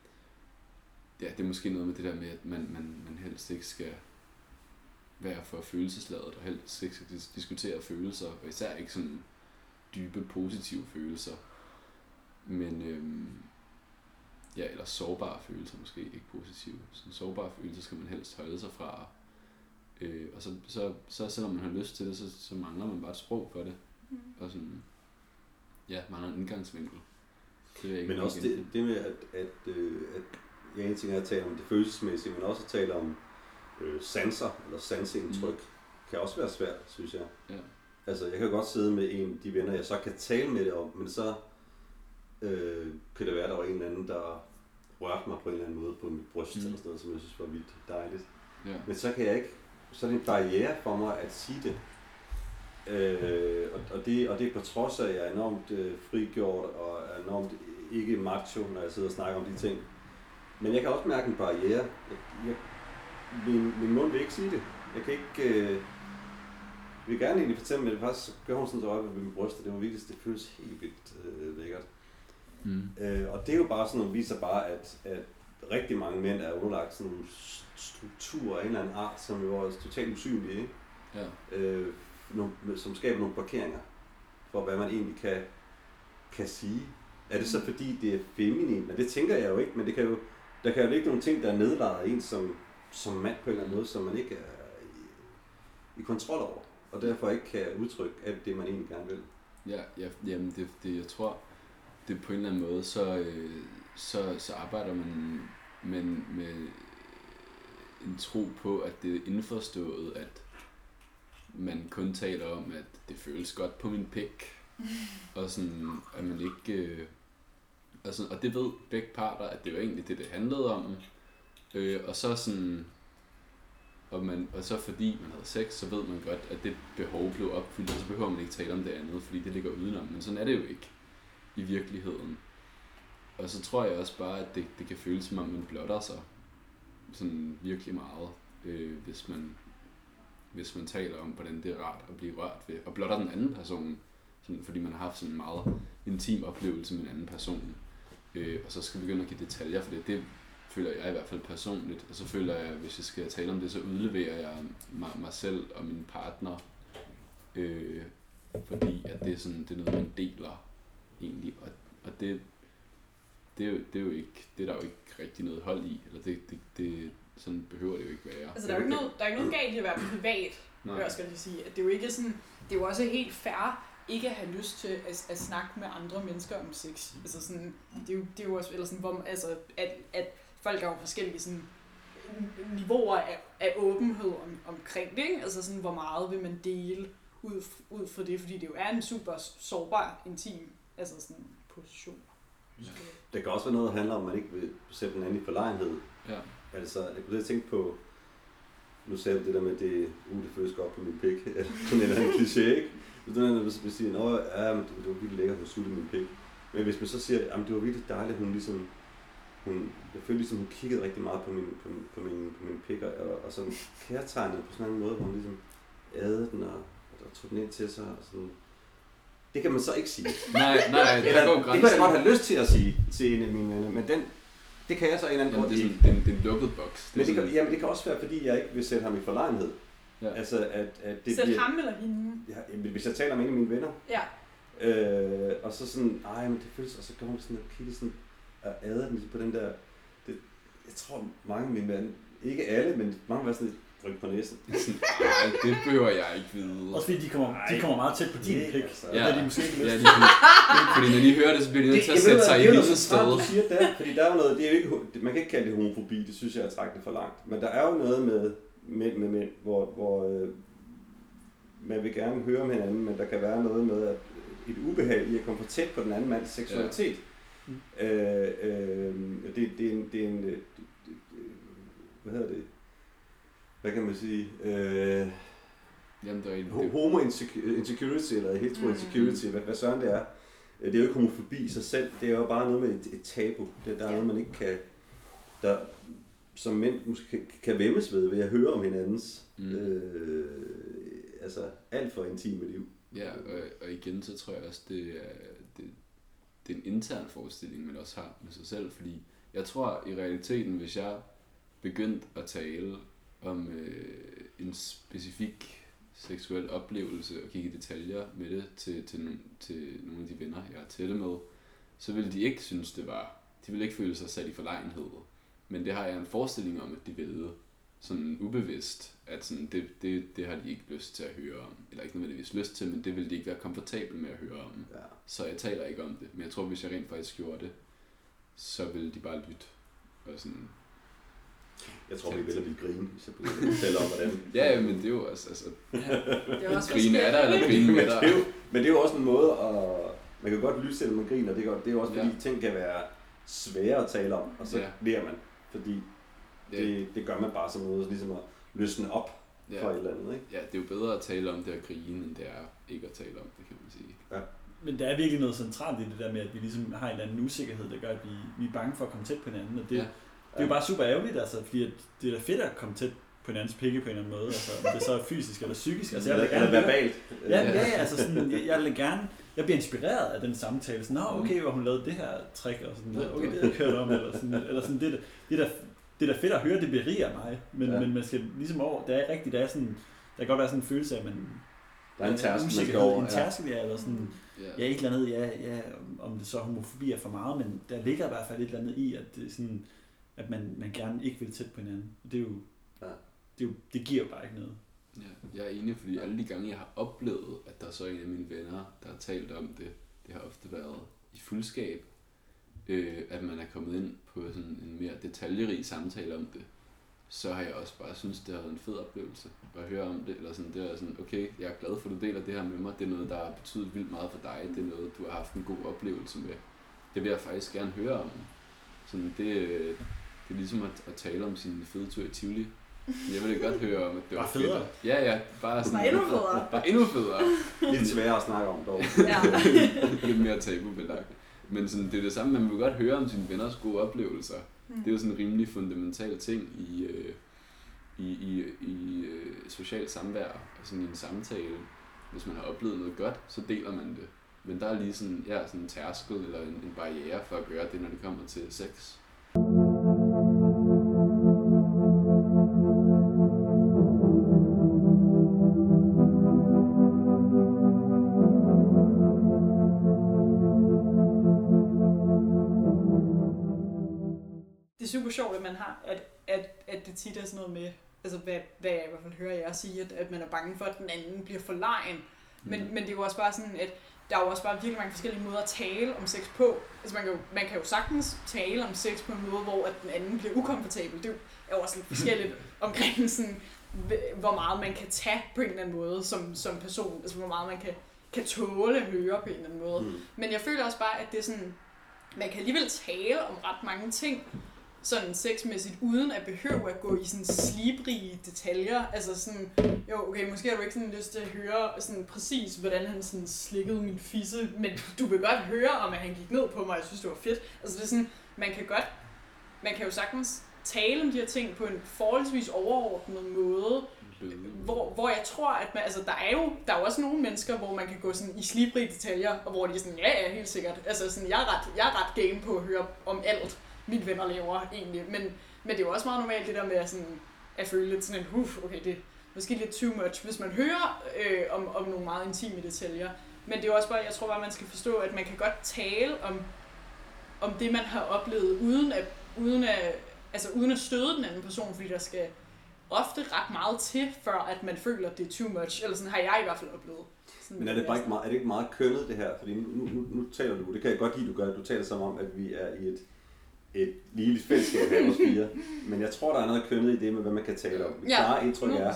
ja, det er måske noget med det der med, at man, man, man helst ikke skal være for følelsesladet, og helst ikke skal diskutere følelser, og især ikke sådan dybe, positive følelser. Men, øhm, ja, eller sårbare følelser måske, ikke positive. Sådan sårbare følelser skal man helst holde sig fra. Øh, og så, så, så selvom man har lyst til det, så, så mangler man bare et sprog for det. Mm. Og sådan, ja, mangler en indgangsvinkel. Det men også det, det med, at, at, øh, at jeg en ting er at tale om det følelsesmæssige, men også at tale om øh, sanser, eller sanseindtryk, mm. kan også være svært, synes jeg. Ja. Altså, jeg kan godt sidde med en af de venner, jeg så kan tale med det om, men så øh, kan det være, at der var en eller anden, der rørte mig på en eller anden måde på mit bryst, mm. eller sådan noget, som jeg synes var vildt dejligt. Ja. Men så kan jeg ikke, så er det en barriere for mig at sige det. Øh, og, og, det og det er på trods af, at jeg er enormt øh, frigjort og er enormt ikke macho, når jeg sidder og snakker om de ting. Men jeg kan også mærke en barriere. Jeg, jeg, min, min mund vil ikke sige det. Jeg kan ikke... Øh, jeg vil gerne egentlig fortælle, men det faktisk gør hun sådan så op ved min bryst, og det var virkelig, det føles helt vildt øh, lækkert. Mm. Øh, og det er jo bare sådan nogle, viser bare, at, at rigtig mange mænd er underlagt sådan nogle strukturer af en eller anden art, som jo er totalt usynlige, ikke? Ja. Øh, nogle, som skaber nogle blokeringer for, hvad man egentlig kan, kan sige. Er det så fordi, det er feminin? Men det tænker jeg jo ikke, men det kan jo, der kan jo ligge nogle ting, der er nedladet af en som, som mand på en eller anden måde, som man ikke er i kontrol over, og derfor ikke kan udtrykke alt det, man egentlig gerne vil. Ja, ja jamen det, det, jeg tror, det på en eller anden måde, så, øh, så, så arbejder man med, med en tro på, at det er indforstået, at man kun taler om, at det føles godt på min pik, og sådan, at man ikke... Øh, altså, og det ved begge parter, at det var egentlig det, det handlede om. Øh, og så sådan... Og, man, og så fordi man havde sex, så ved man godt, at det behov blev opfyldt, og så behøver man ikke tale om det andet, fordi det ligger udenom. Men sådan er det jo ikke i virkeligheden. Og så tror jeg også bare, at det, det kan føles som om, man blotter sig sådan virkelig meget, øh, hvis man hvis man taler om, hvordan det er rart at blive rørt ved, og blotter den anden person, sådan, fordi man har haft sådan en meget intim oplevelse med en anden person, øh, og så skal vi begynde at give detaljer, for det, det føler jeg i hvert fald personligt, og så føler jeg, at hvis jeg skal tale om det, så udleverer jeg mig, mig selv og min partner, øh, fordi at det er sådan, det er noget, man deler egentlig, og, og det, det, er jo, det er jo ikke, det er der jo ikke rigtig noget hold i, eller det, det, det sådan behøver det jo ikke være. Altså der er jo ikke noget, der er ikke noget galt i at være privat, jeg skal jeg sige. At det er jo ikke sådan, det er jo også helt fair ikke at have lyst til at, at snakke med andre mennesker om sex. Altså sådan, det er jo, det er jo også, eller sådan, hvor, altså, at, at folk har jo forskellige sådan, niveauer af, af åbenhed om, omkring det, ikke? Altså sådan, hvor meget vil man dele ud, ud fra det, fordi det jo er en super sårbar, intim, altså sådan, position. Ja. Det kan også være noget, der handler om, at man ikke vil sætte den anden i forlegenhed. Ja. Altså, jeg kunne lige tænke på, nu sagde du det der med, at det, uh, det føles godt på min pik, eller sådan en eller anden kliché, ikke? Hvis du vil sige, at ja, det var virkelig lækkert, hun suttede min pik. Men hvis man så siger, at det var virkelig dejligt, hun ligesom, hun, jeg følte ligesom, hun kiggede rigtig meget på min, på, på min, på min pik, og, og sådan kærtegnede på sådan en måde, hvor hun ligesom ædede den, og, og tog den ind til sig, og sådan. Det kan man så ikke sige. Nej, nej, det eller, går det kan jeg godt have lyst til at sige til en af mine venner, men den, det kan jeg så en eller anden grund ikke. Det er en, en lukket boks. Men det kan, jamen, det kan også være, fordi jeg ikke vil sætte ham i forlegenhed. Ja. Altså, at, at det Sæt bliver, ham eller hende? Ja, hvis jeg taler med en af mine venner, ja. øh, og så sådan, ej, men det føles, og så går hun sådan og kigger sådan, og æder den på den der, det, jeg tror mange af mine venner, ikke alle, men mange var sådan et ryk på næsen. Ej, det behøver jeg ikke vide. Også fordi de kommer, de kommer meget tæt på din pik, altså. Ja. Og de måske ikke lyst. Ja, de, fordi når de hører det, så bliver de nødt til at sætte sig i hendes sted. Det er jo noget, siger der, fordi der er jo noget, det er jo ikke, man kan ikke kalde det homofobi, det synes jeg er at trække det for langt. Men der er jo noget med mænd med mænd, hvor, hvor øh, man vil gerne høre om hinanden, men der kan være noget med at et ubehag i at komme for tæt på den anden mands seksualitet. Ja. Mm. Øh, øh, det, det er en, det er en det, det, hvad hedder det? Hvad kan man sige? Øh, Jamen, der er en, homo insecurity eller hetero insecurity, mm. hvad, hvad søren det er. Det er jo ikke homofobi i sig selv, det er jo bare noget med et, et tabu. Det, der er noget, man ikke kan, der, som mænd måske kan, kan væmmes ved, ved at høre om hinandens mm. øh, altså alt for intime liv. Ja, og, og igen så tror jeg også, det er, det, det er en intern forestilling, man også har med sig selv, fordi jeg tror i realiteten, hvis jeg begyndte at tale om øh, en specifik seksuel oplevelse og kigge i detaljer med det til, til, til nogle af de venner, jeg er tætte med, så ville de ikke synes, det var, de ville ikke føle sig sat i forlegenhed. Men det har jeg en forestilling om, at de ved, sådan ubevidst, at sådan, det, det, det har de ikke lyst til at høre om. Eller ikke nødvendigvis lyst til, men det vil de ikke være komfortable med at høre om. Ja. Så jeg taler ikke om det. Men jeg tror, hvis jeg rent faktisk gjorde det, så ville de bare lytte. Og sådan, jeg tror, vi vil at vi grine, hvis jeg begynder at tale om, hvordan. Ja, men det er jo også, altså, det er også grine er der, eller grine med dig. Men det, er jo, men det er jo også en måde at, man kan godt lytte, selvom man griner, det er, det er jo også fordi, ja. ting kan være svære at tale om, og så ja. lærer man, fordi det, det gør man bare som noget, ligesom at løsne op ja. for et eller andet, ikke? Ja, det er jo bedre at tale om det og grine, end det er ikke at tale om det, kan man sige. Ja. Men der er virkelig noget centralt i det der med, at vi ligesom har en eller anden usikkerhed, der gør, at vi, vi er bange for at komme tæt på hinanden, og det, ja. det er jo bare super ærgerligt, altså, fordi at det er da fedt at komme tæt på hinandens pikke på en eller anden måde, altså, om det så er fysisk eller psykisk. Altså, jeg vil eller verbalt. Ja, ja, altså sådan, jeg, jeg vil gerne, jeg bliver inspireret af den samtale, sådan, nå, okay, hvor hun lavede det her trick, og sådan, okay, det har jeg kørt om, eller sådan, eller sådan, det, det der, det der fedt at høre, det beriger mig, men, ja. men man skal ligesom over, det er rigtigt, der er sådan, der kan godt være sådan en følelse af, at man, der er en tærskel, man skal over, en tærskel, ja, eller sådan, yeah. ja, et eller andet, ja, ja, om det så homofobi er for meget, men der ligger i hvert fald et eller andet i, at det er sådan, at man, man gerne ikke vil tæt på hinanden. Det er jo, ja. det, er jo det giver jo bare ikke noget. Ja, jeg er enig, fordi alle de gange, jeg har oplevet, at der er så en af mine venner, der har talt om det, det har ofte været i fuldskab, øh, at man er kommet ind på sådan en mere detaljerig samtale om det, så har jeg også bare synes det har været en fed oplevelse at høre om det, eller sådan, det er sådan, okay, jeg er glad for, at du deler det her med mig, det er noget, der har betydet vildt meget for dig, det er noget, du har haft en god oplevelse med, det vil jeg faktisk gerne høre om. Sådan, det, det er ligesom at, at tale om sin fede tur i Tivoli. Jeg ville godt høre om, at det var fedt. Bare federe. Ja, ja, bare sådan, Bare endnu federe. Bare endnu federe. Lidt sværere at snakke om dog. Ja. Lidt mere tabubelagt. Men sådan, det er det samme, man vil godt høre om sine venners gode oplevelser. Mm. Det er jo sådan en rimelig fundamental ting i, øh, i, i, i øh, socialt samvær, og sådan i en samtale. Hvis man har oplevet noget godt, så deler man det. Men der er lige sådan, ja, sådan en tærskel eller en, en barriere for at gøre det, når det kommer til sex. Det er super sjovt, at man har, at, at, at det tit er sådan noget med, altså hvad, hvad jeg i hvert fald hører jer sige, at, at man er bange for, at den anden bliver for legen. Men, mm. men det er jo også bare sådan, at der er jo også bare virkelig mange forskellige måder at tale om sex på. Altså man kan jo, man kan jo sagtens tale om sex på en måde, hvor at den anden bliver ukomfortabel. Det er jo også lidt forskelligt omkring sådan, hvor meget man kan tage på en eller anden måde som, som person. Altså hvor meget man kan, kan tåle at høre på en eller anden måde. Mm. Men jeg føler også bare, at det er sådan, man kan alligevel tale om ret mange ting, sådan sexmæssigt, uden at behøve at gå i sådan slibrige detaljer. Altså sådan, jo, okay, måske har du ikke sådan lyst til at høre sådan præcis, hvordan han sådan slikkede min fisse, men du vil godt høre om, at han gik ned på mig, og jeg synes, det var fedt. Altså det er sådan, man kan godt, man kan jo sagtens tale om de her ting på en forholdsvis overordnet måde, hvor, hvor jeg tror, at man, altså der er jo, der er jo også nogle mennesker, hvor man kan gå sådan i slibrige detaljer, og hvor de er sådan, ja, ja, helt sikkert. Altså sådan, jeg er ret, jeg er ret game på at høre om alt, mine venner laver egentlig, men, men det er jo også meget normalt det der med at, sådan, at føle lidt sådan en, uff, okay, det er måske lidt too much, hvis man hører øh, om, om nogle meget intime detaljer. Men det er jo også bare, jeg tror bare, man skal forstå, at man kan godt tale om, om det, man har oplevet, uden at, uden at, altså uden at støde den anden person, fordi der skal ofte ret meget til, før at man føler, at det er too much, eller sådan har jeg i hvert fald oplevet. Sådan, men er det, bare ikke meget, er det ikke meget kønnet det her? Fordi nu, nu, nu taler du, det kan jeg godt lide, du gør, du taler som om, at vi er i et et lille fællesskab her hos fire. Men jeg tror, der er noget kønnet i det med, hvad man kan tale om. Det klare indtryk er,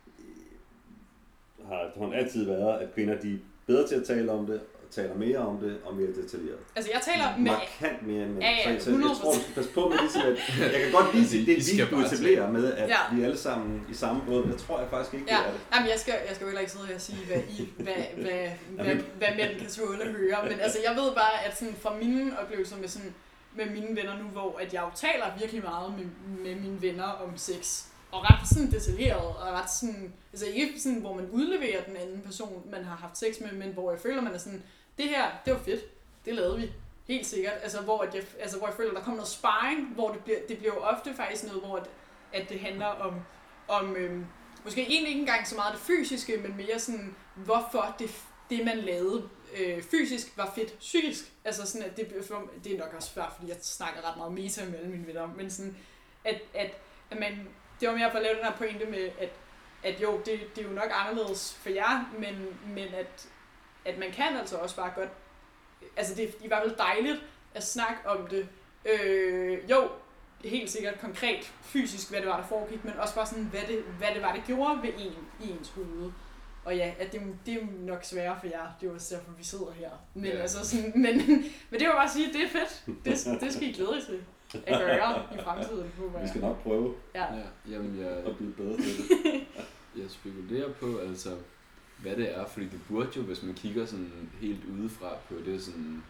har hun altid været, at kvinder de er bedre til at tale om det, og taler mere om det, og mere detaljeret. Altså jeg taler med... Markant mere end mænd. Ja, ja, så, så jeg tror, du skal passe på med det, at jeg kan godt lide det, det vi du etablerer med, at ja. vi er alle sammen i samme båd. Jeg tror jeg faktisk ikke, ja. det er det. Jamen, jeg skal, jeg skal jo heller ikke sidde her og sige, hvad, I, hvad, hvad, hvad, hvad mænd kan tåle at høre. Men altså, jeg ved bare, at sådan, fra mine oplevelser med sådan med mine venner nu, hvor at jeg jo taler virkelig meget med, med mine venner om sex, og ret sådan detaljeret, og ret sådan, altså ikke sådan, hvor man udleverer den anden person, man har haft sex med, men hvor jeg føler, man er sådan, det her, det var fedt, det lavede vi, helt sikkert, altså hvor, at jeg, altså, hvor jeg føler, der kommer noget sparring, hvor det bliver, det bliver jo ofte faktisk noget, hvor at, at det handler om, om øhm, måske egentlig ikke engang så meget det fysiske, men mere sådan, hvorfor det, det man lavede, Øh, fysisk var fedt psykisk. Altså sådan, at det, det er nok også svært, fordi jeg snakker ret meget meta med alle mine venner, men sådan, at, at, at man, det var mere for at lave den her pointe med, at, at jo, det, det er jo nok anderledes for jer, men, men at, at man kan altså også bare godt, altså det er i hvert fald dejligt at snakke om det. Øh, jo, helt sikkert konkret fysisk, hvad det var, der foregik, men også bare sådan, hvad det, hvad det var, det gjorde ved en i ens hoved. Og ja, at det, det er jo nok sværere for jer, det er jo også derfor, vi sidder her. Men, yeah. altså sådan, men, men det var bare at sige, at det er fedt. Det, det skal I glæde jer til at gøre i fremtiden. Vi skal nok prøve ja. Ja, jamen, jeg, at blive bedre til det. Jeg spekulerer på, altså, hvad det er, fordi det burde jo, hvis man kigger sådan helt udefra på det, sådan,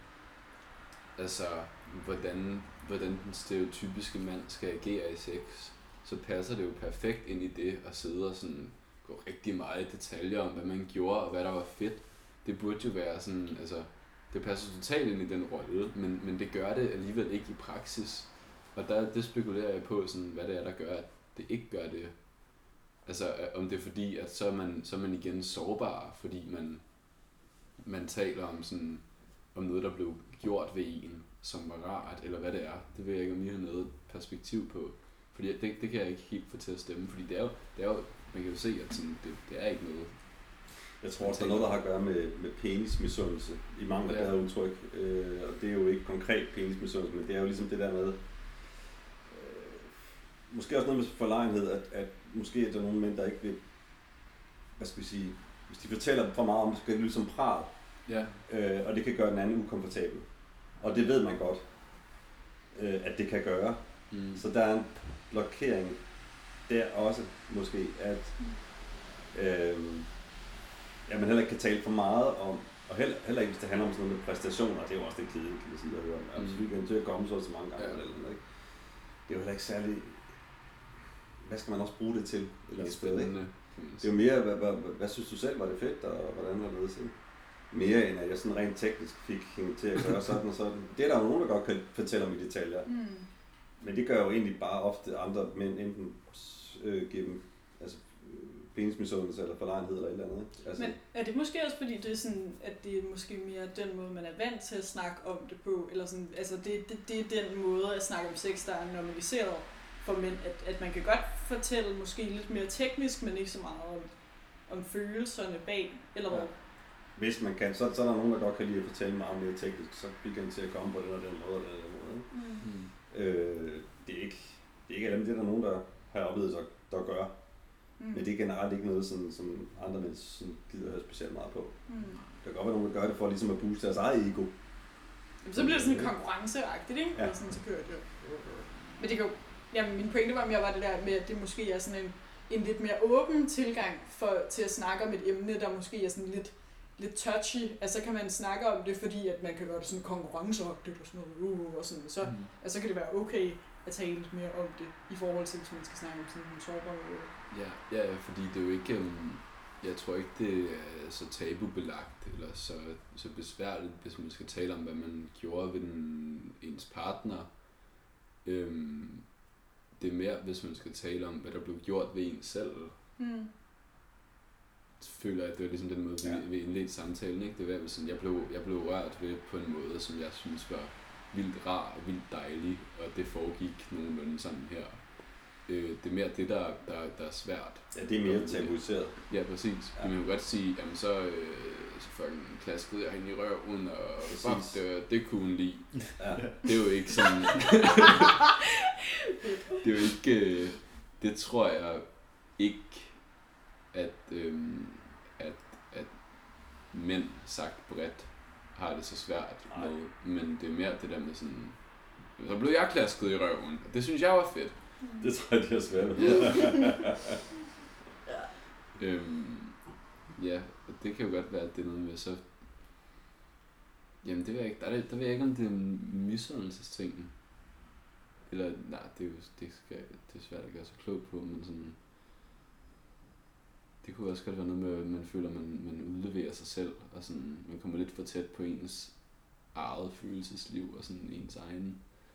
altså, hvordan, hvordan den stereotypiske mand skal agere i sex, så passer det jo perfekt ind i det at sidde og sådan gå rigtig meget i detaljer om, hvad man gjorde, og hvad der var fedt. Det burde jo være sådan, altså, det passer totalt ind i den rolle, men, men det gør det alligevel ikke i praksis. Og der, det spekulerer jeg på, sådan, hvad det er, der gør, at det ikke gør det. Altså, om det er fordi, at så er man, så er man igen sårbar, fordi man, man taler om, sådan, om noget, der blev gjort ved en, som var rart, eller hvad det er. Det ved jeg ikke, om I har noget perspektiv på. Fordi det, det kan jeg ikke helt få til at stemme, fordi det er jo, det er jo man kan jo se, at sådan, det, det er ikke noget. Jeg tror også, der er noget, der har at gøre med, med penismisundelse i mange af Ja. det her udtryk. Øh, og det er jo ikke konkret penismisundelse, men det er jo ligesom det der med, øh, måske også noget med forlegenhed, at, at måske er der nogle mænd, der ikke vil, hvad skal vi sige, hvis de fortæller for meget om det, så kan det lyde som pral, Ja. øh, og det kan gøre den anden ukomfortabel. Og det ved man godt, øh, at det kan gøre. Mm. Så der er en blokering der også, måske, at øh, ja, man heller ikke kan tale for meget om, og heller, heller ikke, hvis det handler om sådan noget med præstationer, det er jo også det kedeligt, kan man sige, at høre om. Altså, vi kan til at komme så så mange gange, Ja. eller noget, ikke? Det er jo heller ikke særlig, hvad skal man også bruge det til? Et eller andet sted, ikke? Spændende. kan man Det er sige. jo mere, hvad, hvad, hvad, hvad synes du selv var det fedt, og hvordan var det ledes, ikke? Mere end at jeg sådan rent teknisk fik hende til at gøre sådan og sådan. Det er der jo nogen, der godt kan fortælle om i detaljer. Mm. Men det gør jo egentlig bare ofte andre mænd enten øh, give dem altså, øh, penismisundelse eller forlegenhed eller et eller andet. Ikke? Altså, Men er det måske også fordi, det er sådan, at det er måske mere den måde, man er vant til at snakke om det på, eller sådan, altså det, det, det er den måde at snakke om sex, der er normaliseret for mænd, at, at man kan godt fortælle måske lidt mere teknisk, men ikke så meget om, om følelserne bag, eller hvad? Ja. Hvis man kan, så, så er der nogen, der godt kan lide at fortælle meget mere teknisk, så fik han til at komme på den og den måde eller den måde. Ikke? Mm. Mm. Øh, det er ikke, det er ikke alle, det er der nogen, der har oplevet, der, der gør. Mm. Men det er generelt ikke noget, sådan, som andre mænd sådan, gider at høre specielt meget på. Mm. Der kan godt være nogen, der gør det for ligesom at booste deres eget ego. Jamen, så bliver det sådan konkurrenceagtigt, ikke? Ja. Eller sådan, så kører det jo. Men det kan jo, jamen, min pointe var mere var det der med, at det måske er sådan en, en lidt mere åben tilgang for, til at snakke om et emne, der måske er sådan lidt, lidt touchy. Altså, så kan man snakke om det, fordi at man kan gøre det sådan konkurrenceagtigt og sådan noget, uh, og sådan, så, Mm. altså, så kan det være okay at tale lidt mere om det, i forhold til, hvis man skal snakke om sådan en sårbar måde. Ja, ja, fordi det er jo ikke, um, jeg tror ikke, det er så tabubelagt eller så, så besværligt, hvis man skal tale om, hvad man gjorde ved den, ens partner. Øhm, det er mere, hvis man skal tale om, hvad der blev gjort ved en selv. Mm. Så føler jeg, at det var ligesom den måde, vi, Ja. vi indledte samtalen. Ikke? Det var sådan, jeg blev, jeg blev rørt ved på en måde, som jeg synes var vildt rar og vildt dejlig, og det foregik nogenlunde sådan her. Øh, det er mere det, der, der, der er svært. Ja, det er mere tabuiseret. Ja, præcis. Ja. Ja. Man kan godt sige, jamen så, øh, så fucking klaskede jeg hende i røven, og Præcis. fuck, det, det kunne hun lide. Ja. Det er jo ikke sådan... det er jo ikke... Øh, det tror jeg ikke, at, øh, at, at mænd sagt bredt har det så svært Nej. med. Men det er mere det der med sådan... Så blev jeg klasket i røven, og det synes jeg var fedt. Det tror jeg, det er svært. Ja. Ja. Øhm, ja, og det kan jo godt være, at det er noget med så... Jamen det ved jeg ikke, der, er, der ved jeg ikke, om det er en misundelsesting. Eller, nej, det er jo det, skal, det er svært at gøre så klog på, men sådan... Det kunne også godt være noget med, at man føler, at man, man udleverer sig selv, og sådan, man kommer lidt for tæt på ens eget følelsesliv, og sådan ens egen...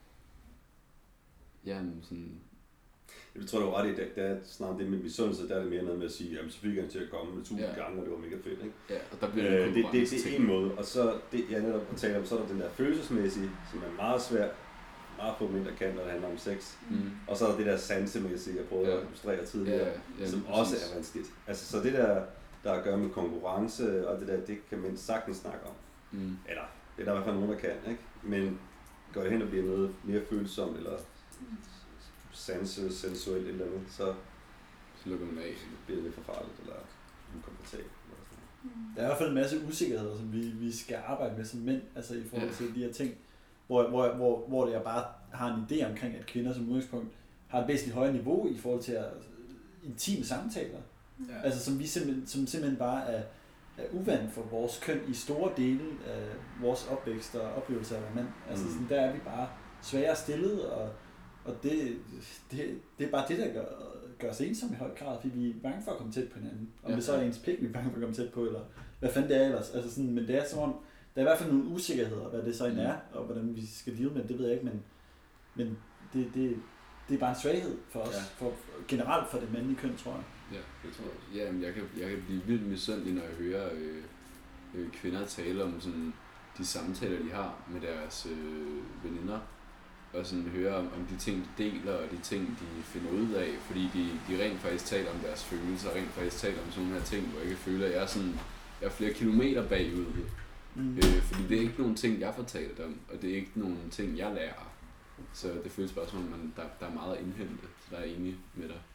Jamen sådan... Jeg tror, du var ret i, at der er snart det med misundelse, der er det mere noget med at sige, jamen så fik han til at komme med tusind Ja. gange, og det var mega fedt, ikke? Ja, og der bliver Øh, en det, det, det er ting. en måde, og så det, jeg netop taler om, så er der den der følelsesmæssige, som er meget svær, meget få mænd, der kan, når det handler om sex. Mm. Og så er der det der sansemæssige, jeg prøvede Ja. at illustrere tidligere, Ja, ja, som præcis. også er vanskeligt. Altså, så det der, der har at gøre med konkurrence, og det der, det kan mænd sagtens snakke om. Mm. Eller, det er der i hvert fald nogen, der kan, ikke? Men går det hen og bliver noget mere følsomt, eller sanse, sensuelt eller andet, så Så lukker man af. bliver det lidt for farligt, eller ukomfortabelt. Eller sådan. Mm. Der er i hvert fald en masse usikkerheder, som vi, vi skal arbejde med som mænd, altså i forhold Ja. til de her ting, hvor, hvor, hvor, hvor jeg bare har en idé omkring, at kvinder som udgangspunkt har et væsentligt højere niveau i forhold til at, intime samtaler. Ja. Altså som vi simpelthen, som simpelthen bare er, er uvant for vores køn i store dele af vores opvækst og oplevelser af at være mand. Altså Mm. sådan, der er vi bare sværere stillet, og, og det, det, det er bare det, der gør, gør os ensomme i høj grad, fordi vi er bange for at komme tæt på hinanden. Om Ja. det så er ens pik, vi er bange for at komme tæt på, eller hvad fanden det er ellers. Altså sådan, men det er som om, der er i hvert fald nogle usikkerheder, hvad det så end Mm. er, og hvordan vi skal deal med det, det ved jeg ikke, men, men det, det, det er bare en svaghed for os, Ja. for, generelt for det mandlige køn, tror jeg. Ja, det tror jeg. Ja, men jeg kan, jeg kan blive vildt misundelig, når jeg hører øh, øh, kvinder tale om sådan, de samtaler, de har med deres øh, veninder. og sådan høre om, om de ting, de deler, og de ting, de finder ud af, fordi de, de rent faktisk taler om deres følelser, og rent faktisk taler om sådan nogle her ting, hvor jeg kan føle, at jeg er, sådan, jeg er flere kilometer bagud. Mm. Øh, fordi det er ikke nogen ting, jeg får talt om, og det er ikke nogen ting, jeg lærer. Så det føles bare som, at man, der, der er meget at indhente, så der er enig med dig.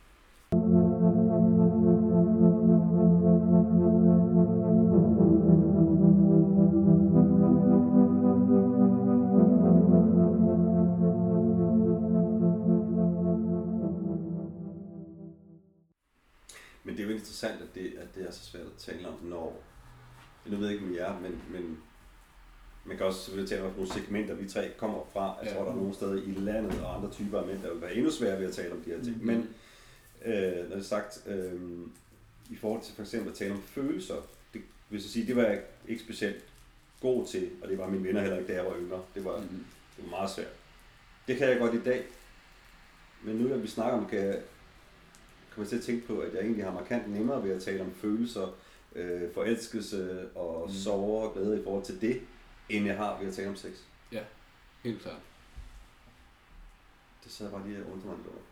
Men det er jo interessant, at det, at det er så svært at tale om, når... Nu ved jeg ikke, om I er, men, men man kan også selvfølgelig tale om nogle segmenter, vi tre kommer fra. Jeg tror, ja. Der er nogle steder i landet og andre typer af mænd, der vil være endnu sværere ved at tale om de her ting. Mm-hmm. Men øh, når det er sagt, øh, i forhold til for eksempel at tale om følelser, det vil jeg sige, det var jeg ikke specielt god til, og det var mine venner heller ikke, da jeg var yngre. Det var, mm-hmm. det var meget svært. Det kan jeg godt i dag, men nu når vi snakker om, kan jeg komme til at tænke på, at jeg egentlig har markant nemmere ved at tale om følelser, øh, forelskelse og mm. sorger og glæde i forhold til det, end jeg har ved at tale om sex. Ja, helt klart. Det sad bare lige og undrer mig lidt over.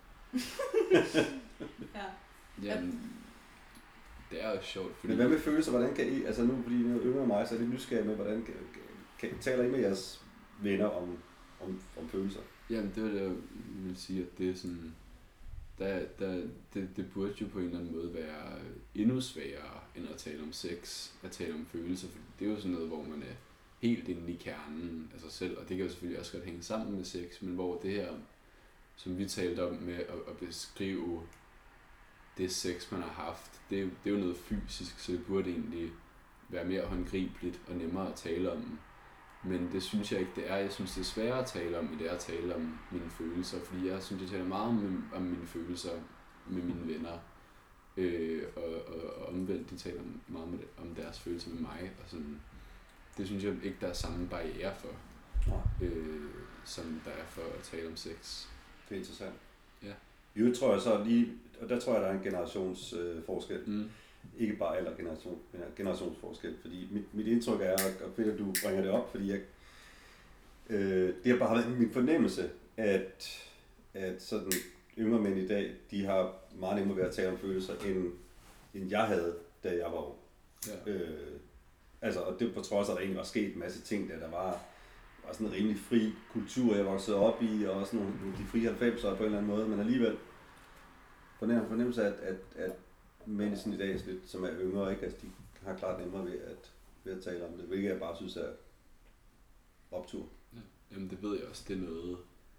Ja. Jamen, det er jo sjovt, fordi... Men hvad med følelser? Hvordan kan I, altså nu fordi I er yngre end mig, så er det nysgerrig med, hvordan kan, kan, taler I med jeres venner om, om, om følelser? Jamen, det vil jeg vil sige, at det er sådan... Der, der, det, det burde jo på en eller anden måde være endnu sværere end at tale om sex, at tale om følelser, for det er jo sådan noget, hvor man er helt inde i kernen af sig selv, og det kan jo selvfølgelig også godt hænge sammen med sex, men hvor det her, som vi talte om med at, at beskrive det sex, man har haft, det er, det er jo noget fysisk, så det burde egentlig være mere håndgribeligt og nemmere at tale om. Men det synes jeg ikke, det er. Jeg synes, det er sværere at tale om, end det er at tale om mine følelser. Fordi jeg synes, jeg taler meget om, om mine følelser med mine venner. Øh, og, og, og omvendt, de taler meget med, om deres følelser med mig. Og sådan, det synes jeg ikke, der er samme barriere for, øh, som der er for at tale om sex. Det er interessant. Ja. Jo, tror jeg så lige, og der tror jeg, der er en generationsforskel. Øh, mm. Ikke bare alder generation, men generationsforskel, fordi mit, mit indtryk er, og fedt, at du bringer det op, fordi jeg, øh, det har bare været min fornemmelse, at, at sådan yngre mænd i dag, de har meget nemmere ved at tale om følelser, end, end jeg havde, da jeg var ung. Ja. Øh, altså, og det på trods af, at der egentlig var sket en masse ting, der, der var, var sådan en rimelig fri kultur, jeg voksede op i, og også nogle de frie halvfemser på en eller anden måde, men alligevel fornemmer fornemmelse af, at, at, at mennesken i dag, som er yngre, ikke? Altså, de har klart nemmere ved at, ved at tale om det, hvilket jeg bare synes er optur. Ja. Jamen det ved jeg også, det er noget,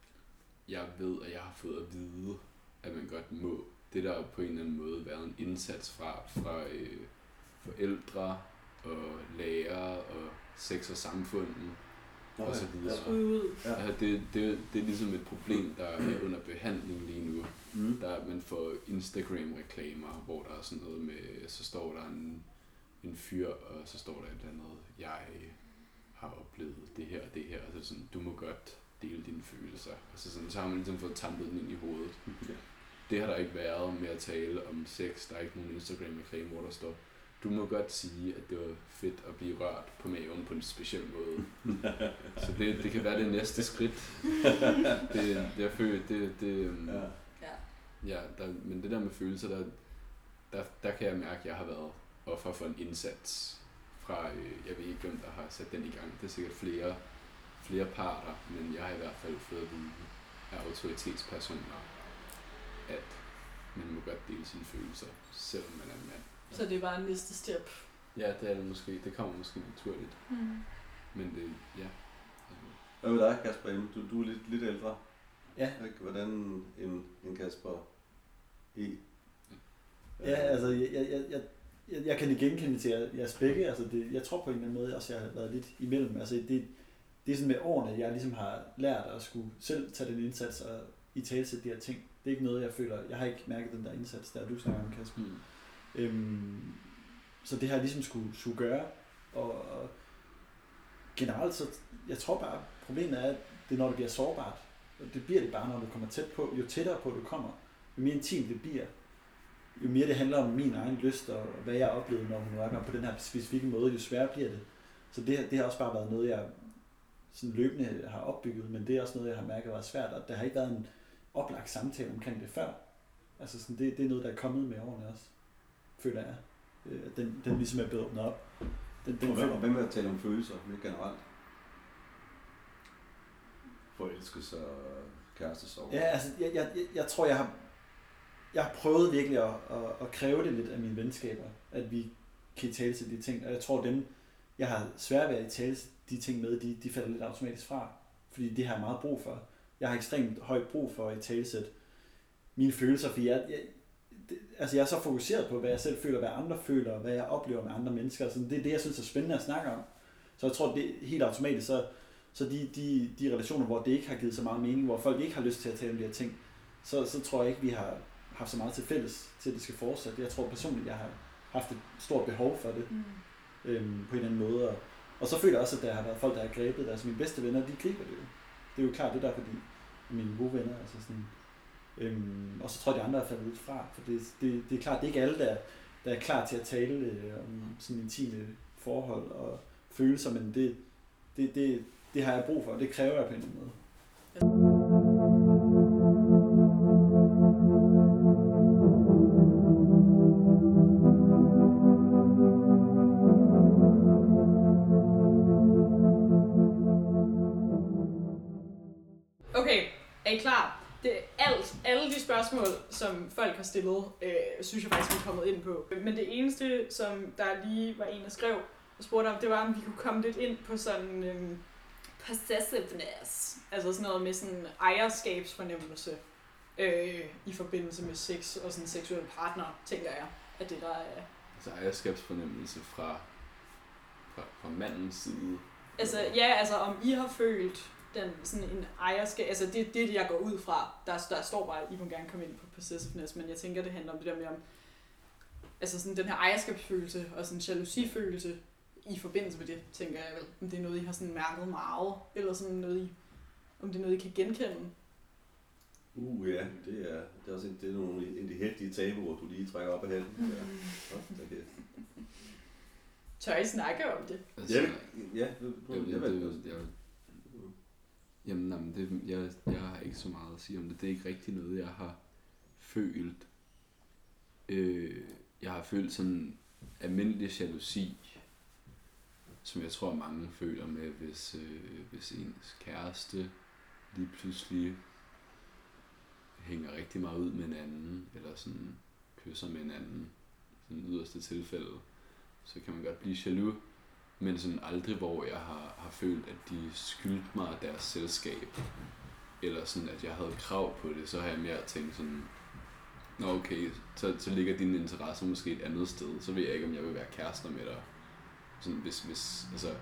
jeg ved, at jeg har fået at vide, at man godt må. Det der på en eller anden måde været en indsats fra, fra øh, forældre og lærere og sex og samfundet og så videre. Ja. Ja, det, det, det er ligesom et problem, der er under behandling lige nu. Mm. Der man får Instagram-reklamer, hvor der er sådan noget med, så står der en, en fyr, og så står der et eller andet, jeg har oplevet det her og det her, og så sådan, du må godt dele dine følelser. Og så, sådan, så har man ligesom fået tampet den ind i hovedet. Ja. Det har der ikke været med at tale om sex. Der er ikke nogen Instagram-reklame, hvor der står, du må godt sige, at det var fedt at blive rørt på maven på en speciel måde. Så det, det kan være det næste skridt. Det, det er følt, det, det, ja. Ja, der, men det der med følelser, der, der, der kan jeg mærke, at jeg har været offer for en indsats fra, øh, jeg ved ikke, hvem der har sat den i gang. Det er sikkert flere, flere parter, men jeg har i hvert fald fået at vide af autoritetspersoner, at man må godt dele sine følelser, selvom man er en mand. Så det er bare næste step. Ja, det er det måske. Det kommer måske naturligt. Mm. Men det, ja. Hvad med dig, Kasper? Du, du er lidt, lidt ældre. Ja. Hvordan en, en Kasper E? Ja, altså, jeg, jeg, jeg, jeg, jeg kan genkende til jeres begge. Altså, det, jeg tror på en eller anden måde også, jeg har været lidt imellem. Altså, det, det er sådan med årene, jeg ligesom har lært at skulle selv tage den indsats og i talsætte de her ting. Det er ikke noget, jeg føler, jeg har ikke mærket den der indsats, der du snakker om, Kasper. Mm. Øhm, så det har jeg ligesom skulle, skulle gøre, og, og generelt så, jeg tror bare, problemet er, at det er, når det bliver sårbart, og det bliver det bare, når du kommer tæt på, jo tættere på du kommer, jo mere intimt det bliver, jo mere det handler om min egen lyst, og hvad jeg oplevede, når hun er på den her specifikke måde, jo sværere bliver det. Så det, det har også bare været noget, jeg sådan løbende har opbygget, men det er også noget, jeg har mærket var svært, og der har ikke været en oplagt samtale omkring det før. Altså sådan, det, det er noget, der er kommet med årene også, føler jeg. Øh, den, den ligesom er blevet åbnet op. Den, den og hvem, hvem vil tale om følelser mere generelt? Forelskelse og kærestesorg? Ja, altså, jeg, jeg, jeg, jeg tror, jeg har, jeg har prøvet virkelig at, at, at kræve det lidt af mine venskaber, at vi kan i tale til de ting, og jeg tror, dem, jeg har svært ved at i tale de ting med, de, de falder lidt automatisk fra, fordi det har jeg meget brug for. Jeg har ekstremt højt brug for at i talesætte mine følelser, fordi jeg, jeg, det, altså jeg er så fokuseret på, hvad jeg selv føler, hvad andre føler, og hvad jeg oplever med andre mennesker. Så det er det, jeg synes er spændende at snakke om. Så jeg tror, det er helt automatisk, så, så de, de, de relationer, hvor det ikke har givet så meget mening, hvor folk ikke har lyst til at tale om de her ting, så, så tror jeg ikke, vi har haft så meget til fælles, til at det skal fortsætte. Jeg tror personligt, jeg har haft et stort behov for det, mm. øhm, på en eller anden måde. Og, og så føler jeg også, at der har været folk, der har grebet det. Altså mine bedste venner, de griber det jo. Det er jo klart, det der, fordi mine gode venner, altså sådan, øhm, og så tror jeg, de andre er faldet lidt fra, for det, det, det er klart, det er ikke alle, der, der er klar til at tale øh, om sådan intime forhold og følelser, men det, det, det, det har jeg brug for, og det kræver jeg på en eller anden måde. Okay, er I klar? Det er alt, alle de spørgsmål, som folk har stillet, øh, synes jeg faktisk, vi er kommet ind på. Men det eneste, som der lige var en, der skrev og spurgte om, det var, om vi kunne komme lidt ind på sådan øh, possessiveness. Altså sådan noget med sådan ejerskabsfornemmelse øh, i forbindelse med sex og sådan seksuelle partner, tænker jeg, at det der er... Altså ejerskabsfornemmelse fra, fra, fra mandens side? Altså, ja, altså om I har følt den sådan en ejerskab, altså det er det, jeg går ud fra. Der, der står bare, at I må gerne komme ind på possessiveness, men jeg tænker, det handler om det der med om, altså sådan den her ejerskabsfølelse og sådan jalousifølelse i forbindelse med det, tænker jeg vel. Om det er noget, I har sådan mærket meget, eller sådan noget, I, om det er noget, I kan genkende. Uh ja, det er, det er også en, det er nogle en af de heldige tabuer, du lige trækker op af hælden. Mm. Ja. Okay. Tør I snakke om det? Altså, ja, ja, det, jeg, jeg, jeg, jeg, jeg, jamen, jamen det, jeg, jeg har ikke så meget at sige om det. Det er ikke rigtig noget, jeg har følt. Øh, jeg har følt sådan almindelig jalousi, som jeg tror mange føler med, hvis, øh, hvis ens kæreste lige pludselig hænger rigtig meget ud med en anden, eller sådan kysser med en anden, sådan yderste tilfælde, så kan man godt blive jaloux, men sådan aldrig, hvor jeg har, har følt, at de skyldte mig deres selskab, eller sådan, at jeg havde krav på det, så har jeg mere tænkt sådan, nå okay, så, så ligger dine interesser måske et andet sted, så ved jeg ikke, om jeg vil være kærester med dig. Sådan, hvis, hvis, altså,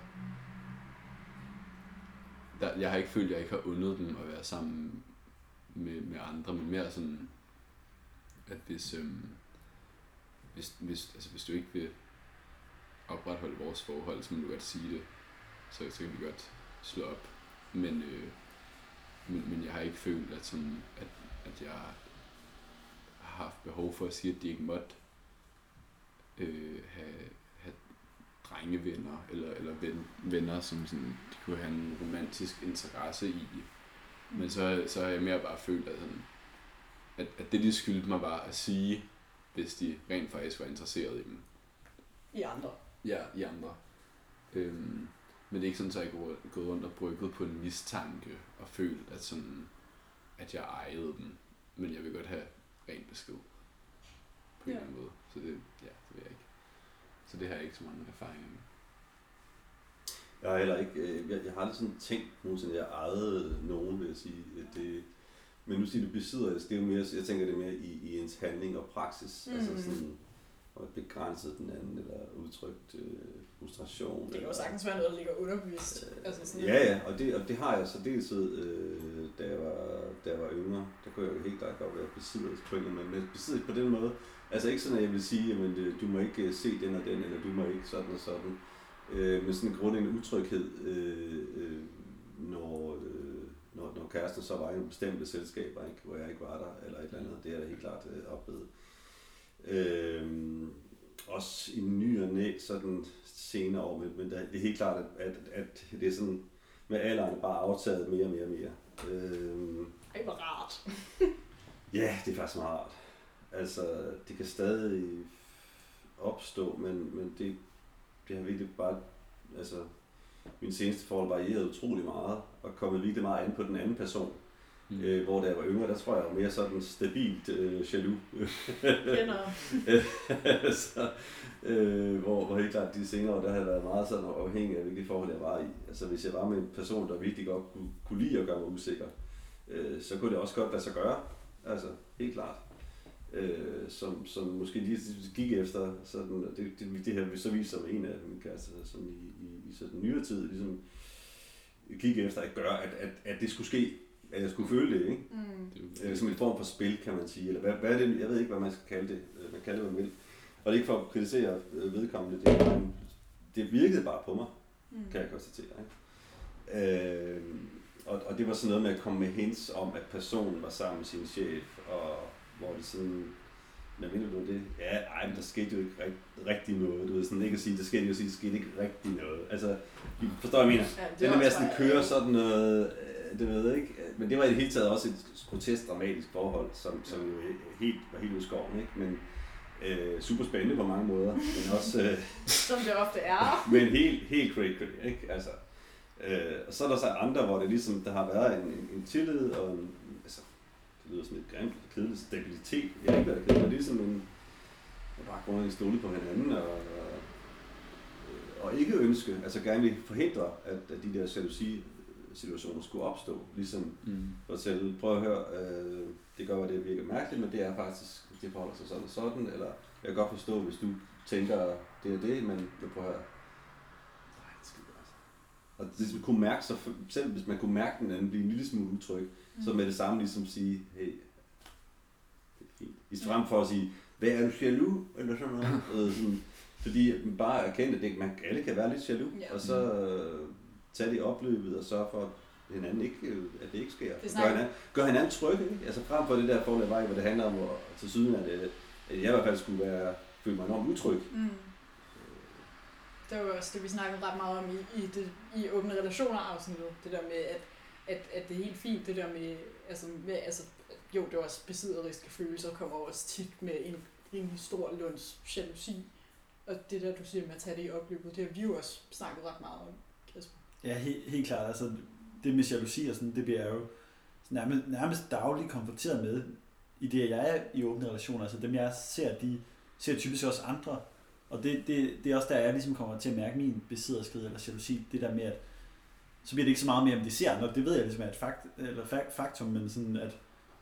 der, jeg har ikke følt, at jeg ikke har undet dem at være sammen med, med andre, men mere sådan, at hvis, øhm, hvis, hvis, altså, hvis du ikke vil opretholde vores forhold, så må du godt sige det, så, så kan vi godt slå op. Men, øh, men, men jeg har ikke følt, at, sådan, at, at jeg har haft behov for at sige, at de ikke måtte øh, have, have drengevenner, eller, eller ven, venner, som sådan, de kunne have en romantisk interesse i. Men så, så har jeg mere bare følt, at, sådan, at, at det de skyldte mig var at sige, hvis de rent faktisk var interesseret i dem. I andre. Ja, i andre. Øhm, men det er ikke sådan, at jeg går gået rundt og brygget på en mistanke og følt, at, sådan, at jeg ejede dem. Men jeg vil godt have ren besked på en eller anden måde. Så det, ja, det ved jeg ikke. Så det har jeg ikke så mange erfaringer med. Jeg har heller ikke, jeg, jeg har aldrig sådan tænkt nogensinde, at jeg ejede nogen, vil jeg sige. At det, men nu siger du besidder, det er jo mere, jeg tænker det mere i, i ens handling og praksis. Mm. Altså sådan, og begrænset den anden, eller udtrykt øh, frustration. Det kan eller, jo sagtens være noget, der ligger underbevidst. Øh, altså sådan ja, ja, og det, og det har jeg så dels øh, da, jeg var, da jeg var yngre. Der kunne jeg jo helt klart godt være besiddet på en eller anden, men besiddet på den måde. Altså ikke sådan, at jeg vil sige, at du må ikke se den og den, eller du må ikke sådan og sådan. Øh, men sådan en grundlæggende utryghed, øh, øh, når, øh, når, når kæresten så var i nogle bestemte selskaber, ikke, hvor jeg ikke var der, eller et eller andet. Det er da helt klart øh, oplevet. Øh, også i ny og næ, sådan senere år, men, men det er helt klart, at, at, at det er sådan, med alderen bare aftaget mere og mere og mere. Øh, Ej, hvor rart. ja, det er faktisk meget rart. Altså, det kan stadig opstå, men, men det, det har virkelig bare, altså, min seneste forhold varieret utrolig meget, og kommet virkelig meget an på den anden person. Mm. Øh, hvor da jeg var yngre, der tror jeg var mere sådan stabilt øh, jaloux. Kender. så, øh, hvor, hvor helt klart de senere år, der havde været meget sådan afhængig af, hvilket forhold jeg var i. Altså hvis jeg var med en person, der virkelig godt kunne, kunne lide at gøre mig usikker, øh, så kunne det også godt lade sig gøre. Altså, helt klart. Øh, som, som måske lige gik efter sådan, det, det, det her så viser som en af mine kærester, som i, i, i sådan nyere tid, ligesom gik efter at gøre, at, at, at det skulle ske, at jeg skulle føle det, ikke? Mm. Øh, som en form for spil, kan man sige, eller hvad, hvad er det, jeg ved ikke, hvad man skal kalde det, man kalder det, hvad man vil. Og det er ikke for at kritisere vedkommende, det, men det virkede bare på mig, mm. kan jeg konstatere, ikke? Øh, og, og det var sådan noget med at komme med hints om, at personen var sammen med sin chef, og hvor det sådan, hvad mener du det? Ja, ej, men der skete jo ikke rigt, rigtig noget. Du ved sådan ikke at sige, der skete jo at sige, der skete ikke rigtig noget. Altså, forstår jeg, mener? Ja, det den er med at sådan køre sådan noget, det ved jeg ikke. Men det var i det hele taget også et grotesk dramatisk forhold, som, som jo helt, var helt ude i skoven, ikke? Men øh, super spændende på mange måder, men også... Øh, som det ofte er. Men helt, helt crazy, ikke? Altså, øh, og så er der så andre, hvor det ligesom, der har været en, en, en tillid og en, altså, det lyder sådan lidt grimt, kedeligt, stabilitet. Jeg har ikke været kedeligt, men det er sådan en, jeg bare går og stole på hinanden, og, og, og ikke ønske, altså gerne vil forhindre, at, at de der jalousi-situationer skulle opstå. Ligesom mm. fortælle, prøv at høre, øh, det gør, at det virker mærkeligt, men det er faktisk, det forholder sig sådan og sådan, eller jeg kan godt forstå, hvis du tænker, det er det, men prøv at høre, nej, det skal altså. Og hvis man kunne mærke sig, selv hvis man kunne mærke den anden blive en lille smule utryg, mm. så med det samme ligesom sige, hey, det er fint. I stedet for at sige, hvad er du jaloux, eller sådan noget. øh, sådan, fordi man bare erkender, at det, man alle kan være lidt jaloux, ja. Og så øh, tage det i opløbet og sørge for, at hinanden ikke, at det ikke sker. Det gør, hinanden, gør hinanden trygge, ikke? Altså frem for det der forhold af vej, hvor det handler om at til syden, at, at jeg i hvert fald skulle være, føle mig enormt utryg. Mm. Det var også det, vi snakkede ret meget om i, i, det, i åbne relationer afsnittet. Det der med, at, at, at det er helt fint, det der med, altså, med, altså jo, det var også besidderiske følelser, kommer også tit med en rimelig stor lunds jalousi. Og det der, du siger med at tage det i opløbet, det har vi jo også snakket ret meget om, Kasper. Ja, helt, helt klart. Altså, det med jalousi og sådan, det bliver jeg jo nærmest, nærmest dagligt konfronteret med, i det, jeg er i åbne relationer. Altså dem, jeg ser, de ser typisk også andre. Og det, det, det er også der, jeg ligesom kommer til at mærke min besidderskhed eller jalousi. Det der med, at så bliver det ikke så meget mere, om de ser andre. Det ved jeg ligesom er et fakt, eller faktum, men sådan at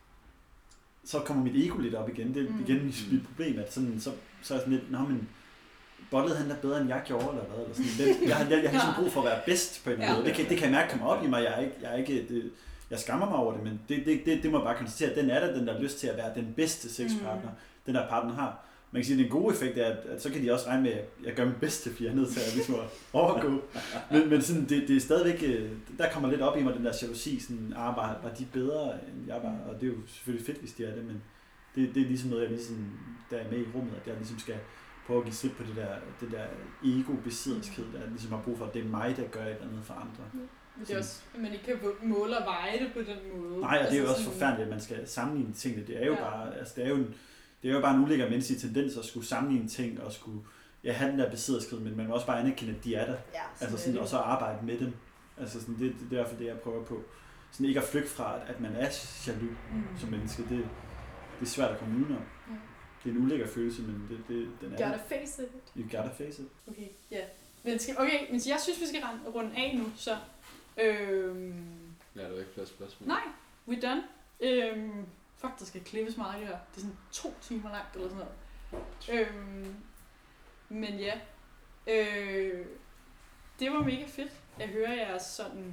så kommer mit ego lidt op igen. Det er igen mit, mit problem, at sådan, så, så er jeg sådan lidt, nå, men bollede han da bedre, end jeg gjorde, eller hvad? Eller sådan. Jeg, jeg, jeg, jeg har sådan brug for at være bedst på en måde. Det kan, det kan jeg mærke komme op i mig. Jeg er ikke, jeg er ikke det, jeg skammer mig over det, men det, det, det, det må jeg bare konstatere, at den er der, den der har lyst til at være den bedste sexpartner, mm. den der partner har. Man kan sige, at den gode effekt er, at, at så kan de også regne med, at jeg gør mit bedste, fordi jeg er nødt til at, ligesom at overgå. Men, men sådan, det, det er stadigvæk, der kommer lidt op i mig, den der jalousi, sådan, ah, var, var de bedre, end jeg var? Og det er jo selvfølgelig fedt, hvis de er det, men det, det er ligesom noget, jeg ligesom, der er med i rummet, at jeg ligesom skal prøve at give slip på det der, det der ego-besidderskhed, der ligesom har brug for, at det er mig, der gør et eller andet for andre. Mm. Det er også, at man ikke kan måle og veje det på den måde. Nej, og det er jo også forfærdeligt, at man skal sammenligne tingene. Det er jo ja. bare, altså det er jo en, det er jo bare en ulækker menneskelig tendens at skulle sammenligne ting og skulle ja, have den der besidderskhed, men man må også bare anerkende, at de er der. Ja, altså sådan, og så arbejde med dem. Altså sådan, det, det er derfor det, jeg prøver på. Sådan ikke at flygte fra, at man er jaloux mm. som menneske. Det, det er svært at komme udenom. Ja. Det er en ulækker følelse, men det, det, den er... Gotta face it. You gotta face it. Okay, ja. Yeah. Men skal, okay, men jeg synes, vi skal runde af nu, så... Øhm... Ja, der er ikke flere spørgsmål. Nej, we're done. Øhm... Fuck, der skal klippes meget i det her. Det er sådan to timer langt, eller sådan noget. Øhm... Men ja. Øh... Det var mega fedt at høre jeres sådan...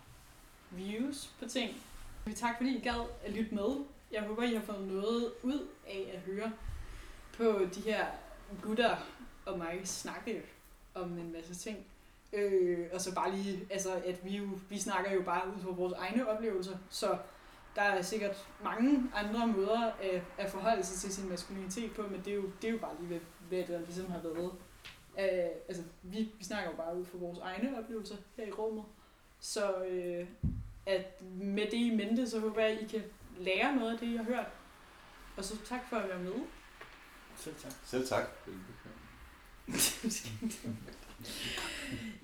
views på ting. Tak fordi I gad at lytte med. Jeg håber, I har fået noget ud af at høre på de her gutter og mig snakke om en masse ting. Øh, og så bare lige, altså at vi jo, vi snakker jo bare ud fra vores egne oplevelser, så der er sikkert mange andre måder at, at forholde sig til sin maskulinitet på, men det er jo, det er jo bare lige, hvad, hvad der ligesom har været. Øh, altså, vi, vi snakker jo bare ud fra vores egne oplevelser her i rummet, Så øh, at med det i mente, så håber jeg, at I kan lære noget af det, I har hørt. Og så tak for at være med. Selv tak. Selv tak.